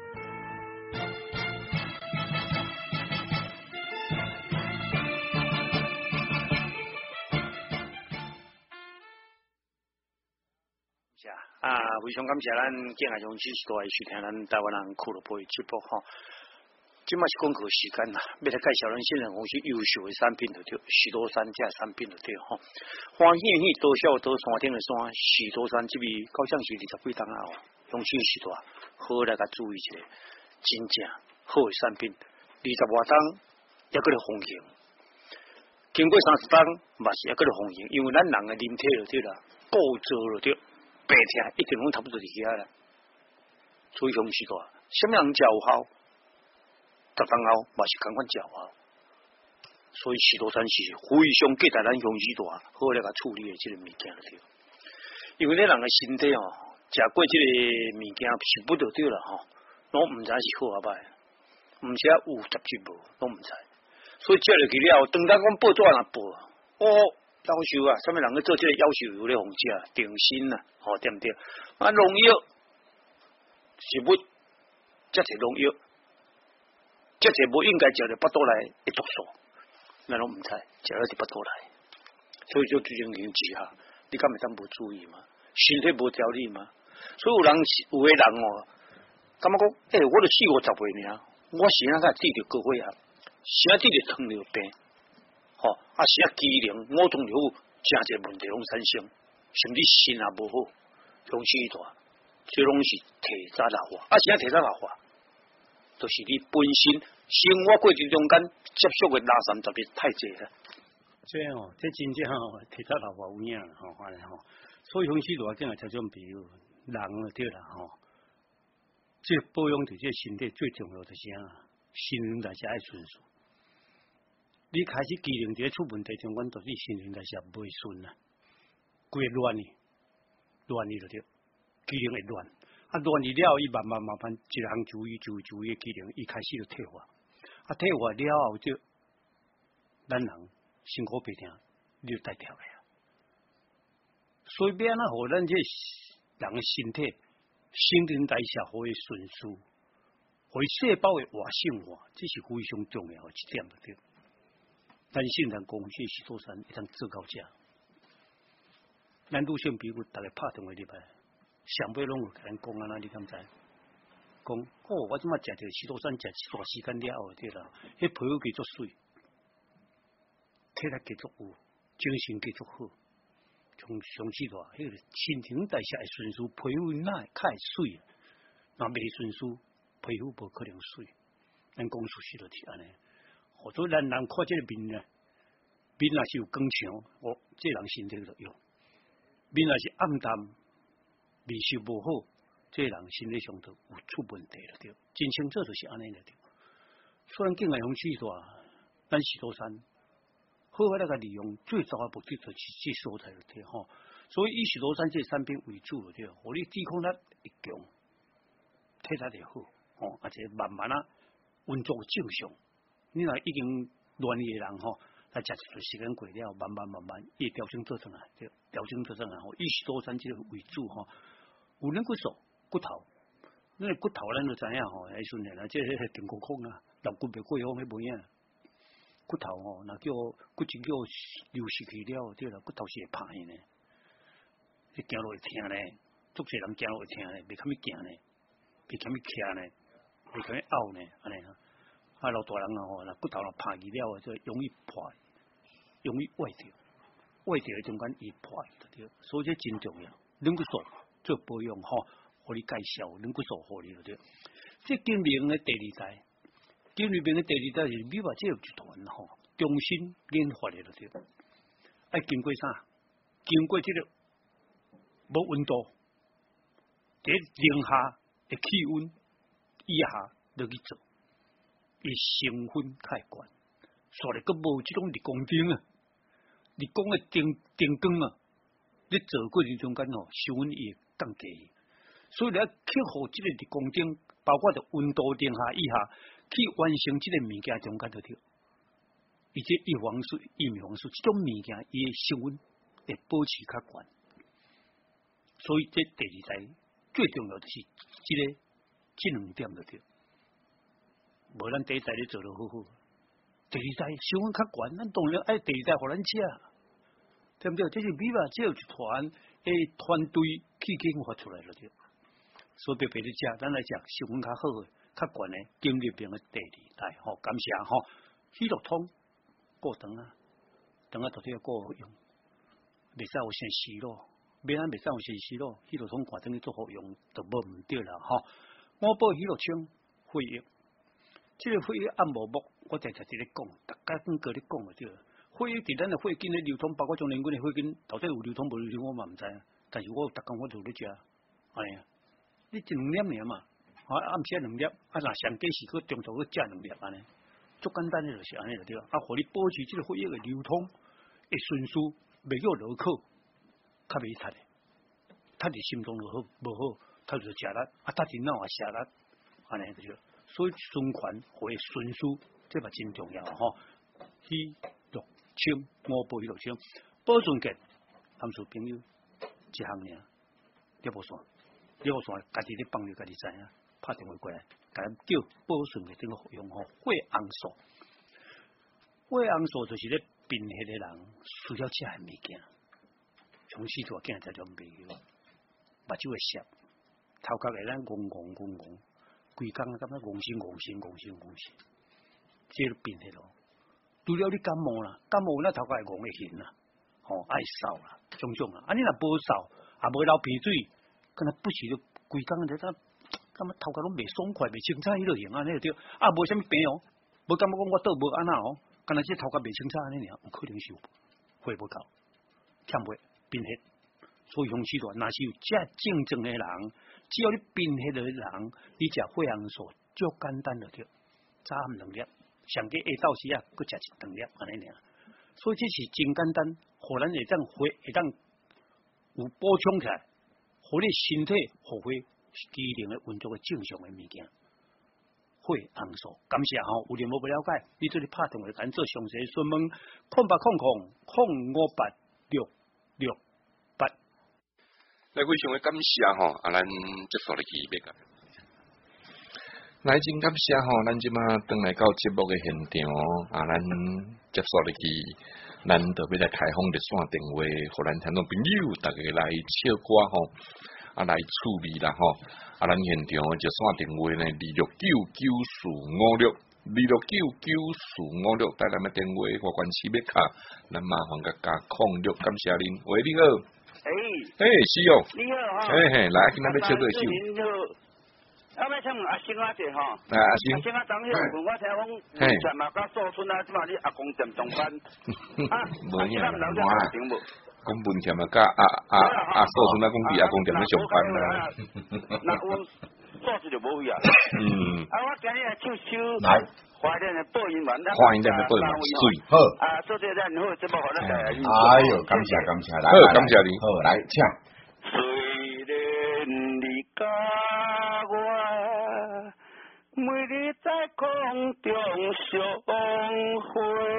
非常感谢咱境外乡亲时代收听咱台湾人俱乐部的直播吼。今嘛是广告时间啦，要来介绍咱现任公司优秀的产品就对，许多山这产品就对吼。欢喜喜多少多山顶的山，许多山这边高像是20几档啊哦，乡亲时代好来甲注意一下，真正好的产品，20外档也搁咧风行，经过30档嘛是也搁咧风行，因为咱人的人体就对啦，构造就对。白天一定拢差不多伫遐啦，所以乡时代，什么人教好，十当后嘛是共款教好，所以许多山是非常记在咱乡时代好来甲处理的这个物件了对，因为咱人的身体哦，食过这个物件是不得对了吼，拢唔知是好啊歹，唔且有杂质无，拢唔知，所以接落去了，当咱讲报纸若报，要求啊，什么人去做这个要求有咧红食定心呐，对不对？啊，农药是物，这是农药，这是无应该食着巴肚内的毒素，咱拢唔知，食了就巴肚内，所以就最近研究下，你敢会当无注意嘛？身体无调理嘛？所以有的人感觉讲，我就40-50岁尔，我是那个治着高血压，是啊治着糖尿病。是啊，机能五种药真侪问题拢产生，甚至肾也无好，乡时代，这拢是体早老化。是啊，体早老化，就是你本身生活过程中间接触的垃圾特别太侪啦。 这真正体早老化有影啦所以乡时代今日才种比如人对啦这保养对这身体最重要的是啥？心灵代谢爱顺序。你开始机能在出问题中间，就是心灵代谢袂顺啦，规乱去就对，机能会乱，乱去了，伊慢慢一项注意的机能，伊开始就退化，退化了后就，咱人辛苦白听，你就带跳来啊，所以变啊，互咱这人的身体新陈代谢会顺序，会细胞的活性化，这是非常重要的一点，对。咱现在公司许多山一趟做到这，咱路线比如大家拍电话入来，上尾拢有甲咱讲啊，那你敢知？讲我即马食着许多山食一段时间了后，对啦，迄皮肤继续水，体力继续有，精神继续好，从上时代迄个新陈代谢的顺序，皮肤哪会较会水？若未顺序，皮肤无可能水。咱讲事实就是安尼。所以咱人看这个面呢，面若是有光强，这人身体就有；面若是暗淡，面色无好，这人身体上就有出问题了，对。真清楚就是安尼了，对。虽然境外乡时代，咱许多山好好来个利用，最早的目的就是这所在了，对吼。所以以许多山这产品为主了，对。互你抵抗力会强，体力就好，而且慢慢运作正常。你若已经乱的人来食一段时间过了，慢慢伊调整做上来，调整做上来以许多山这个为主有恁骨素、骨头，那骨头咱就知影迄阵呢，这定骨孔啊，肋骨袂过风迄无影。 骨头吼，那叫骨质叫流失去了，对啦，骨头是会歹呢。你行路会疼呢，足侪人行路会疼呢，袂堪去行呢，袂堪去徛呢，袂堪去拗呢，安尼啊。啊，老大人啊吼，那骨头若歹去了，就容易破，容易歪掉，歪掉中间易破对，所以这真重要。软骨素做保养吼，互你介绍软骨素互你对。这金明的第二代，金明的第二代是美国这有集团吼，重新研发的对。爱经过啥？经过这个无温度，伫零下的气温以下落去做。伊成分太悬，所以佮无即种日光灯啊，日光的灯光啊，你做过程中间吼，成分伊会降低，所以你要克服即个日光灯，包括着温度零下以下，去完成即个物件中间就对。而且叶黄素、叶黄素即种物件，伊的成分会保持较悬，所以这第二代最重要就是即个这两点就对。无咱第一代咧做得好好，第二代成分较悬，咱当然爱第二代互咱食，对不对？这是美国只有一团诶团队去研发出来了对。所以别你食，咱来食成分较好诶、较悬诶，经历病诶第二代吼，感谢吼，喜乐通过长啊，长啊到底要过好用，袂使有先死咯，免咱袂使有先死咯，喜乐通挂等去做好用，就无毋对啦吼。我报喜乐清会议。这个会议按无目，我常常伫咧讲，大家跟个咧讲就对了。会议伫咱的会金咧流通，包括中联军的会金，到底有流通无流通，我嘛毋知啊。但是我逐工我做咧食，安尼啊，你一2粒尔嘛，暗时2粒，啊若上加时佮中途佮食2粒安尼，足简单的就是安尼就对了。啊，互你保持这个会议的流通会顺序，袂叫落口，较袂塌的，塌伫心中就好，无好，塌就食力，啊塌伫脑也食力，安尼就对。所以循环会顺序，这嘛真重要吼。喜乐清，我报喜乐清，保存健，他们做朋友一项尔，你无算，家己咧帮你家己知影，拍电话过来，甲咱叫保存健这个服用吼，血红素，血红素就是咧贫血的人需要食的物件，从细大囝才叫袂晓，目睭会涩，头壳会咱戆。规工啊，感觉戆心，这个病迄咯。除了你感冒啦，感冒那头壳会戆会痕啦，吼爱扫啦，种种啊。啊，你若无扫，啊无流鼻水，敢若不时就规工就感觉头壳拢袂爽快，袂清楚迄落型啊，那对。啊，无啥物病哦，无感觉讲我倒无安那哦，敢若这头壳袂清楚安尼尔，有可能是血无够，欠血贫血。所以，雄起大，若是有这症状的人，只要你贫血的人，你食血红素足简单就对，早暗2粒，上加下昼时啊，佮食1粒安尼尔。所以这是真简单，互咱会当血会当有补充起来，互你身体互血机能的运作的正常的物件。血红素，感谢吼，有任何不了解，你做你拍电话咱做详细询问，0800058668。 来，非常的感谢吼，咱接受了机会个。来，真感谢吼，咱即马转来到节目的现场，咱接受了机，咱特别来开放热线电话，互咱听众朋友大家来唱歌吼，来处理啦吼，咱现场热线电话呢，269946，269946，带咱的电话或关系要卡，咱麻烦甲加06，感谢您，喂，你好。是哦， 你好哈， 来，今仔要唱对首。 我要请问阿星阿姐吼， 阿星阿当迄我听讲，前嘛甲素春啊，即嘛你阿公店上班， 无影啦，讲文欠啊，甲阿素春啊，讲伫阿公店咧上班啦。 那我做事就无位啊。我今日唱首来。 华人的播音员， 华人的播音员，水好。做这咱好，这么好咱来。 哎呦，感谢，来， 好，感谢你， 好，来唱。 虽然你甲我每日在空中相会，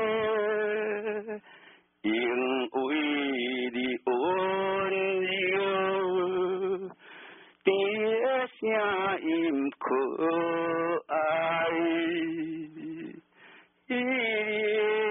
因为你温柔的声音可爱。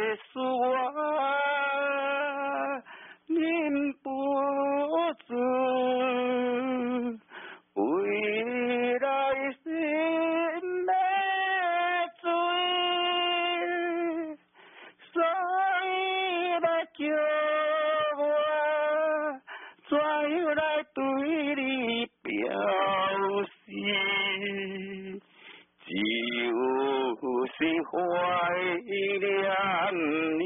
就是怀念你。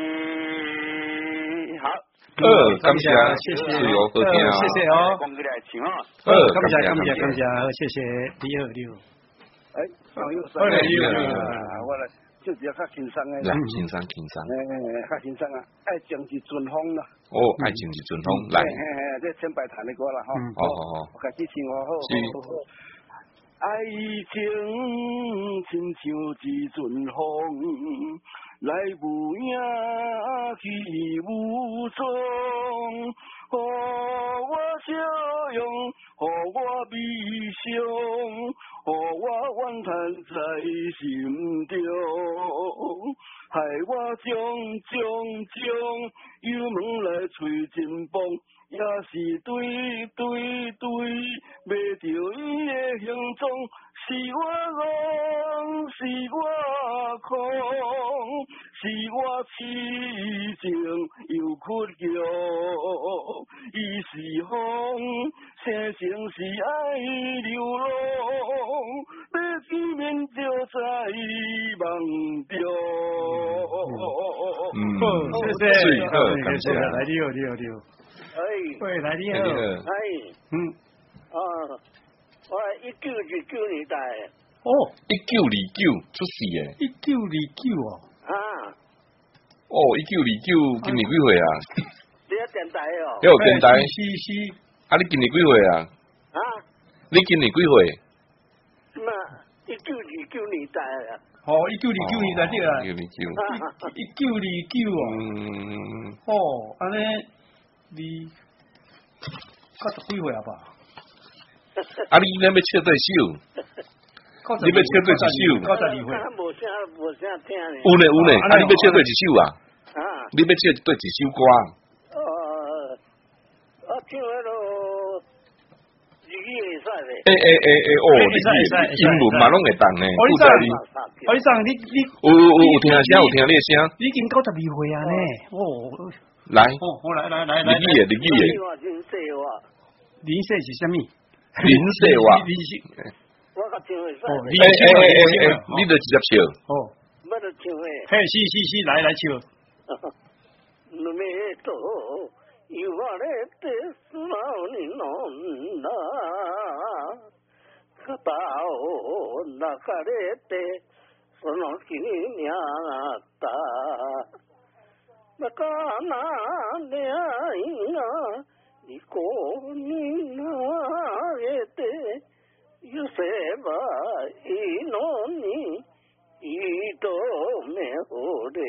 好。 感谢， 谢谢， 自由好听哦， 谢谢哦。 讲起来唱哦。 感谢，谢谢，你好。 哎，朋友， 我来， 就比较较轻松诶。 来，轻松。 较轻松啊，爱情是春风啦。 哦，爱情是春风，来。 这千百弹的歌啦，哈。 好。 我开始唱好。爱情亲像一阵风，来无影去无踪，予我笑容，予我悲伤，予我怨叹在心中，害我种油门来吹真风。也是对，袂着伊的行踪，是我戆，是我狂，是我痴情又屈强。伊是风，生成是爱流浪，要见面就在梦中。 谢谢，来你好。喂，来你好。 我1929年代。 哦，1929出世诶。 1929哦。 啊。 哦，1929今年几岁啊？ 你喺电台哦。 有电台。 是。 啊，你今年几岁啊？ 啊？ 你今年几岁？ 什么？1929年代啊。 哦，1929年代对啊。1929哦。哦，安尼。你90几岁啊吧？ 啊，你那要唱对手？你要唱对一首 ？92岁。 无啥听呢。 有呢，啊，你要唱对一首啊？ 啊。 你要唱对一首歌？ 我唱迄落日语会使咧。 英文嘛拢会当呢。 我你讲你有听声，有听你的声。 你已经92岁啊呢，哦。 来， 我来， 日语的， 林舍是啥物？ 林舍哇。 我甲唱会使。 你就直接唱。 哦。要就唱诶。 嘿，是，来唱。 那么多有我咧的少年郎呐，可把我那个咧的少年娘大。那个那年啊，你过年那也得有些吧，一农年一都没有的，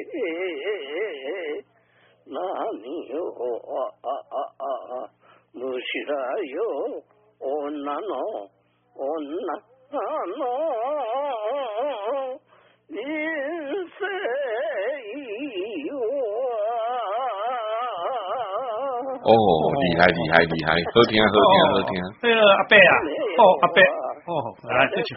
那你有不是来有哦那喏，人生。 哦，厉害，好听。 那个阿伯啊，阿伯，来继续。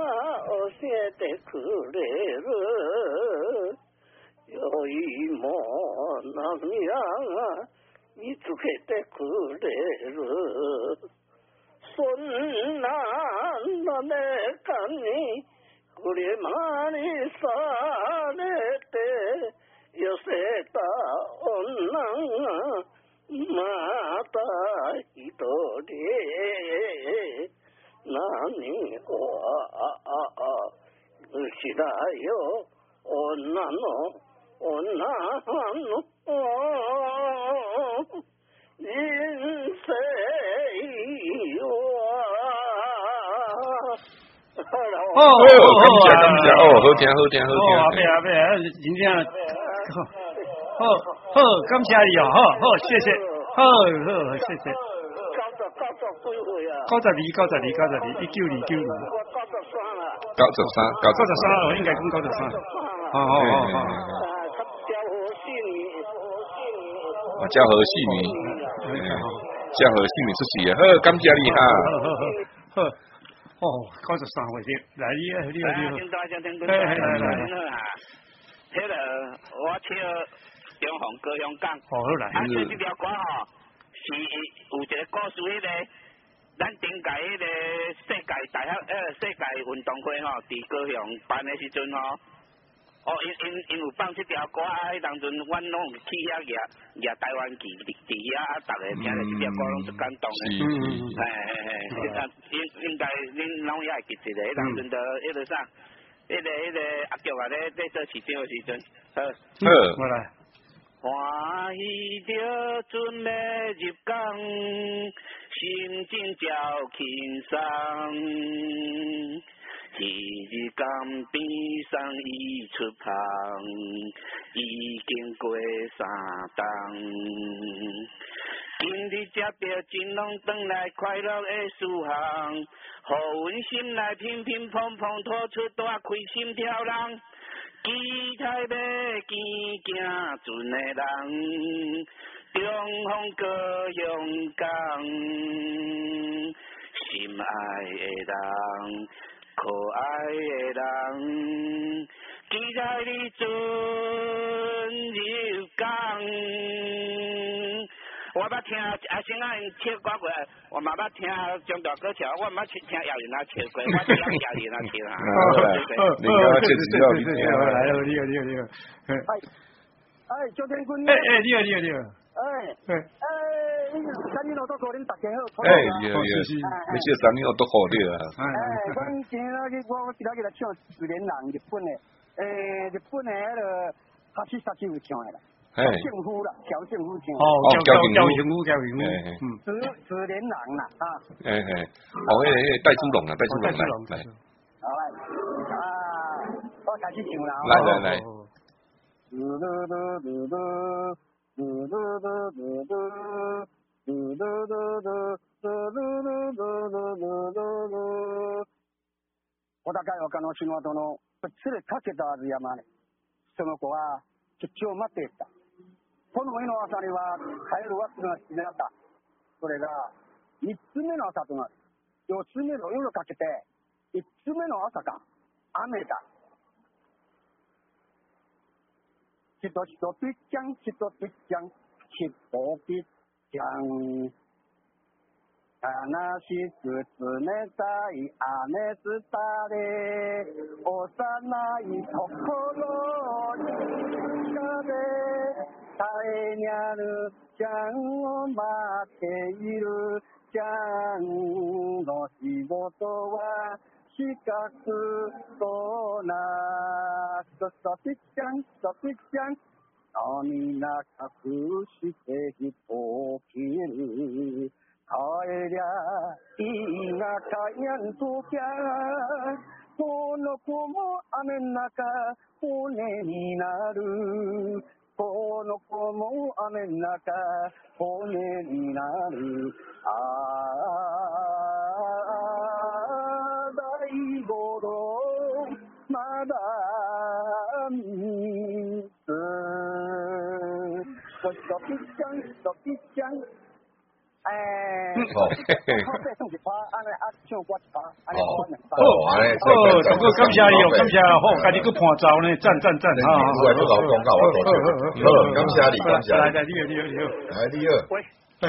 有一幕那样啊，你就给得苦的了。孙男那那干你，苦里马里啥的的，有谁打男啊？また一人何を失だよ女の人生は感謝好聽阿伯真正好，感謝你哦，好，謝謝，好，謝謝。92，1929年。93，我應該講93。好。 昭和4年出世啊，好，感謝你哈。 好，93歲啲，嚟呢， 來。迄個我唱中紅高雄港， 好來。 這條歌吼是有一個故事迄個， 咱顶届迄个世界大学世界运动会吼，伫高雄办的时阵吼，因有放这条歌啊，迄当阵阮拢去遐举台湾旗伫遐啊，逐个听着这条歌拢足感动的。应该恁拢也会记得，迄当阵的迄个啥，迄个阿强啊咧做市长的时阵，好， 我来。 欢喜着准要入港，心情照轻松。一日港边上伊出航，已经过3冬。今日才着真拢转来快乐的事项，互阮心内乒乒乓乓吐出大开心跳浪。期待要见行船的人，中风高雄港，心爱的人，可爱的人，期待你准入港。我捌听阿星仔因唱歌过，我嘛捌听张大哥唱，我毋捌听姚玲仔唱过，我听姚玲仔唱啊。 你刚刚确实要你听。 来了，你好。 周天君。 你好。 三年后都可能大家好。 你好，你这3年后都好了啊。 阮今仔日我今仔日来唱自然人日本的，日本的迄个哈西沙基有唱的啦。小政府啦，小政府唱。 交政府。 自然人啦，啊。 戴祖龙啊，戴祖龙来。 好来，我开始唱啦。 来。 我大概有看到新闻中のこちらかけたはず山ね。その子は出張待っていた。この日の朝には帰るわけが必要だった。それが3つ目の朝となる。4つ目の夜かけて5つ目の朝か雨だ。ひとひとぴっちゃん、ひとぴっちゃん、ひとぴっちゃん。悲しく冷たい雨すたれ、幼い心に風、絶えにゃるちゃんを待っている。ちゃんの仕事は四角とな、ひとぴっちゃん、ひとぴっちゃん、涙隠して人を切る。帰りゃいいが帰やんときゃ、この子も雨の中骨になる。この子も雨の中骨になる。大五郎まだ見つ。ひとぴっちゃん、ひとぴっちゃん。 好， 大哥感谢你哦，感谢好，家己去伴奏呢，赞啊！ 我不搞广告，我多好，感谢你，感谢。 来， 你好。 喂。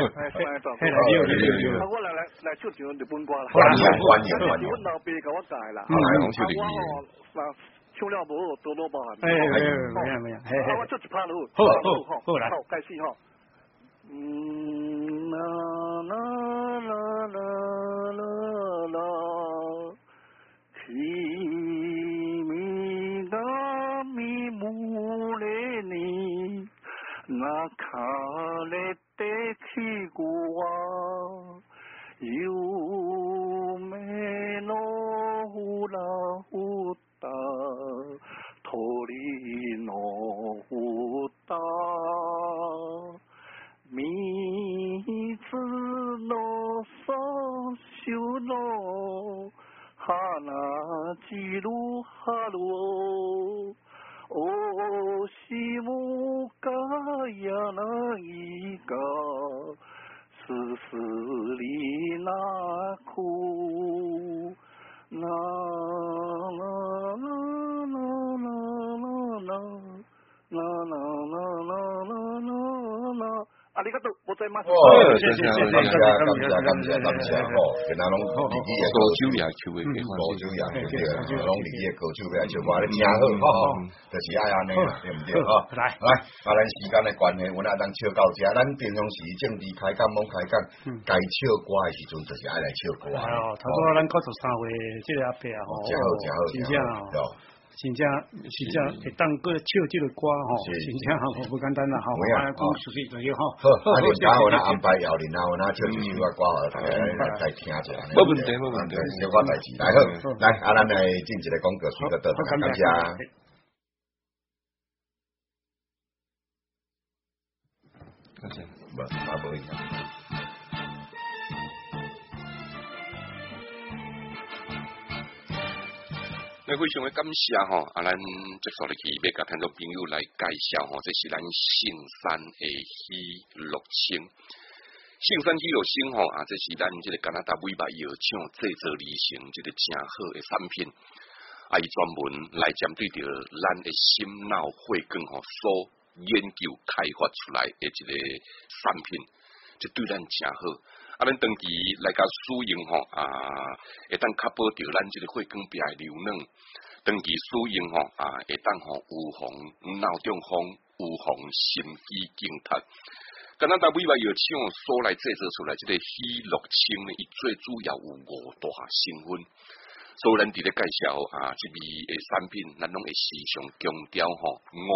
你好。 我来唱唱日本歌啦。 欢迎。 阮老爸甲我教啦。唱了无多多包涵。 没有。 我做一拍落。 好来。 好，开始吼。啦啦啦啦啦啦，君が見むれに泣かれてきごは夢のふらふた鳥の歌水のそしゅの花散る春をおしもかやないかすすり泣くなななななななななななななありがとうございます。 謝謝，感謝吼，今仔拢自己嘅高手也求嘅， 高手也求嘅，拢自己嘅高手嚟唱歌咧，真好吼，就是爱安尼，对唔对吼？来，咱時間嘅關係，阮啊當唱到這，咱平常時政治開講，冇開講，該唱歌嘅時陣，就是愛來唱歌。 差不多咱93歲，這個阿伯啊，吼，真正。真正會當個唱這個歌吼，真正吼不簡單啦吼，講出去就要吼。 好，啊，你打我那安排後，然後那唱幾首歌，大家來聽一下。 冇問題， 小可代志。來好，來啊，咱來進一個廣告，隨個倒轉，感謝。 感謝。 唔，冇影響。 非常嘅感謝吼，咱接續落去要甲聽眾朋友來介紹吼，這是咱聖山嘅喜樂清。聖山喜樂清吼這是咱這個加拿大美白藥廠製作而成，這個真好嘅產品。伊專門來針對着咱嘅心腦血管吼所研究開發出來嘅一個產品，這對咱真好。咱長期來甲使用吼會當確保着咱即個血管壁流軟，長期使用吼會當吼預防腦中風、預防心肌梗塞。加拿大美白藥廠所來製作出來即個喜樂清呢，伊最主要有5大成分，所以咱佇咧介紹即味嘅產品，咱攏會時常強調吼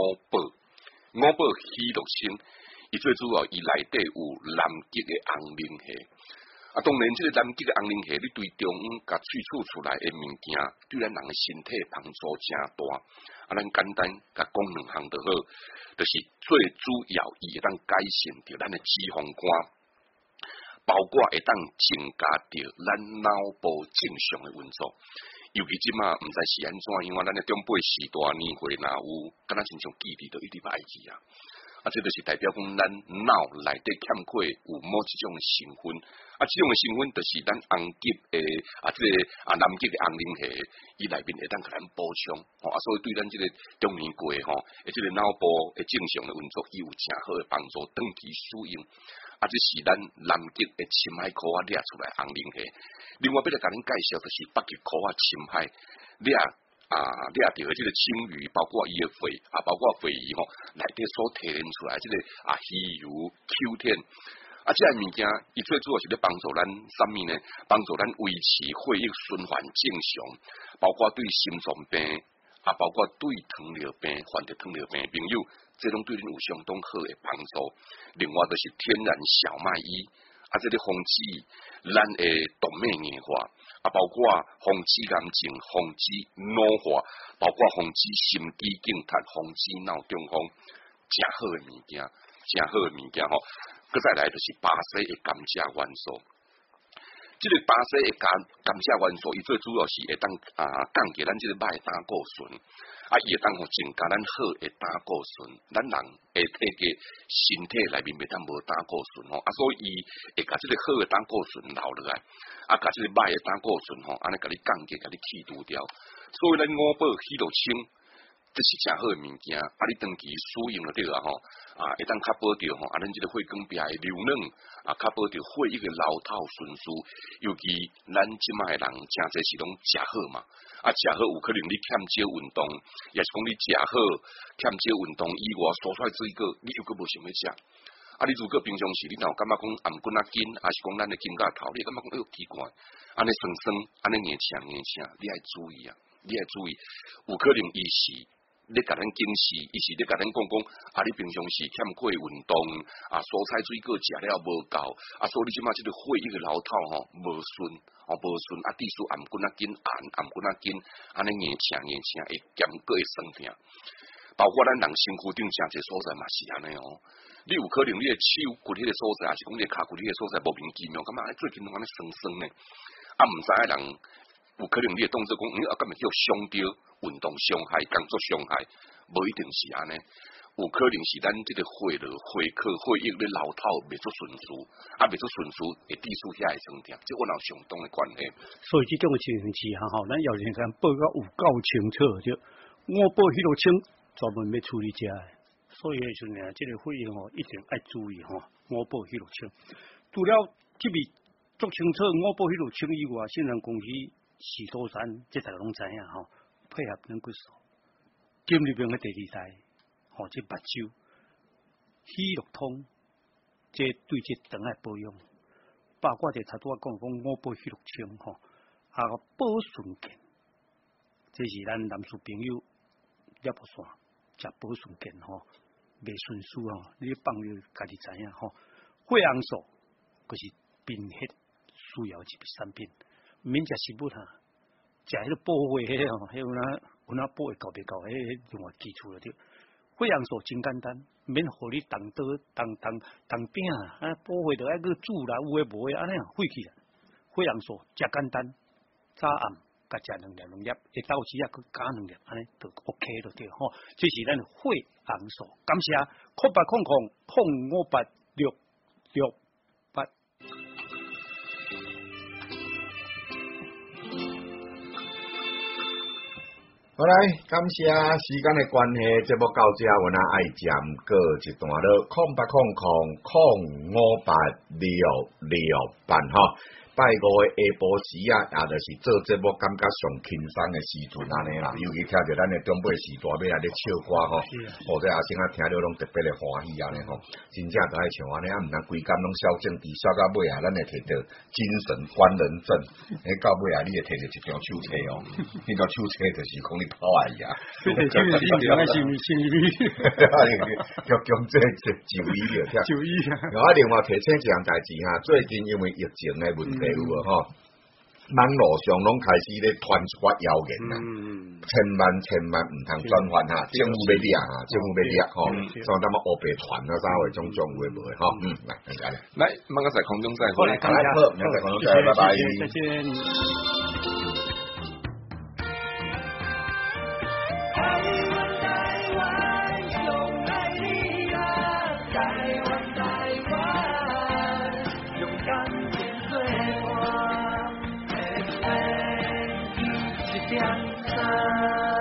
5寶喜樂清。伊最主要，伊內底有南極嘅紅磷蝦，當然，即個南極嘅紅磷蝦，你對中央甲萃取出來嘅物件，對咱人嘅身體幫助真大。咱簡單甲講2項就好，就是最主要，伊會當改善着咱嘅脂肪肝，包括會當增加着咱腦部正常嘅運作。尤其即馬毋知是安怎，因為咱嘅長輩時代年歲若有，敢若親像記憶都一直袂記啊。這就是代表講咱腦內底欠缺有某一種成分，這種成分就是咱紅極誒這個南極嘅紅磷蝦，伊內面會當甲咱補充，所以對咱這個中年過吼，這個腦部嘅正常嘅運作，伊有真好嘅幫助，長期使用。這是咱南極嘅深海殼仔掠出來紅磷蝦。另外，要來甲恁介紹，就是北極殼仔深海掠掠到嘅這個青魚，包括伊嘅肺包括肺魚吼，內底所提煉出來這個魚油 Q10，這個物件伊最主要是咧幫助咱啥物呢？幫助咱維持血液循環正常，包括對心臟病包括對糖尿病患着糖尿病的朋友，這種對恁有相當好嘅幫助。另外就是天然小麥衣，這個防止咱嘅動脈硬化。包括防止癌症、防止老化，包括防止心肌梗塞、防止腦中風，真好嘅物件，真好嘅物件吼。佮再來就是巴西嘅甘蔗元素，這個巴西嘅甘蔗元素，伊最主要是會當降低咱這個歹膽固醇，伊會當吼增加咱好嘅膽固醇，咱人嘅體嘅身體內面袂當無膽固醇吼，所以伊會甲這個好嘅膽固醇留落來。甲這個歹嘅膽固醇吼，安尼甲你降低，甲你去除掉。所以咱5寶喜樂清，這是真好嘅物件。你長期使用了對啊吼，會當確保着吼，咱這個血管壁嘅流軟，確保着血液嘅流透順序。尤其咱即賣人真濟是攏食好嘛，食好有可能你欠少運動，也是講你食好欠少運動以外，蔬菜水果你又閣無想要食。你如果平常時你若有感覺講頷頸仔緊，還是講咱嘅肩胛頭，你感覺講哎呦奇怪，安尼酸酸，安尼硬青，你愛注意啊！你愛注意，有可能伊是咧甲咱警示，伊是咧甲咱講，你平常時欠缺運動，蔬菜水果食了無夠，所以你即馬即個血液嘅流透吼無順，致使頷頸仔緊，頷頸仔緊，安尼硬青，會兼個會酸痛。包括咱人身軀頂真濟所在嘛是安尼哦。你有可能你嘅手骨迄個所在，還是講你嘅骹骨迄個所在莫名其妙，感覺最近攏安尼酸酸呢？毋知影人有可能你嘅動作講，敢會叫傷到運動傷害、工作傷害，無一定是安尼。有可能是咱即個血液咧流透未做順序，未做順序會致使遐個酸痛，即我有相當嘅關係。 所以即種嘅情形之下，咱要先報告有夠清楚，就5寶喜樂清專門要處理遮。 所以迄时呢，这个会议吼一定要注意吼，五保迄路清。除了这边足清楚五保迄路清以外，信任公司许多山，这大家拢知影吼，配合两骨数，金里边嘅第二代，吼这目睭，喜乐通，这对这等爱保养，包括这头拄我讲五保迄路清吼，啊保顺健，这是咱男士朋友了不线，食保顺健吼。袂顺序吼，你放入家己知影吼。血红素就是贫血需要一个产品，免食食物哈，食迄个补血迄吼，迄有哪补会够袂够？迄用我基础了对。血红素真简单，免互你动刀动饼啊，补血着爱去煮啦，有诶无诶安尼啊，废去啦。血红素真简单，早暗。甲食2粒，下昼时啊，佮加2粒，安尼就 OK 了对吼。这是咱血红素，感谢0800-05868。 好来，感谢时间的关系，节目到这，我那爱暂过一段落，0800-05868哈。拜五的下晡时啊，也就是做节目感觉上轻松的时阵安尼啦，尤其听着咱的中辈时代要来咧唱歌吼，或者阿先啊听着拢特别的欢喜安尼吼，真正就爱唱安尼，啊毋通规工拢小政治，小到尾啊，咱会摕到精神官人证，到尾啊，你会摕到一张手册哦，迄张手册就是讲你跑啊呀， 就是你两个心理， 叫这就医了， 就医啊， 然后另外提醒一样代志哈，最近因为疫情的问题。有无吼？网络上拢开始咧传出谣言啦，千萬唔通轉發哈，政府要掠哈，政府要掠吼，所以咱們黑白傳啊，啥話種有誒無誒吼，來，大家來，馬上在空中再會， 好，在空中再會，拜拜， 再見。 两山。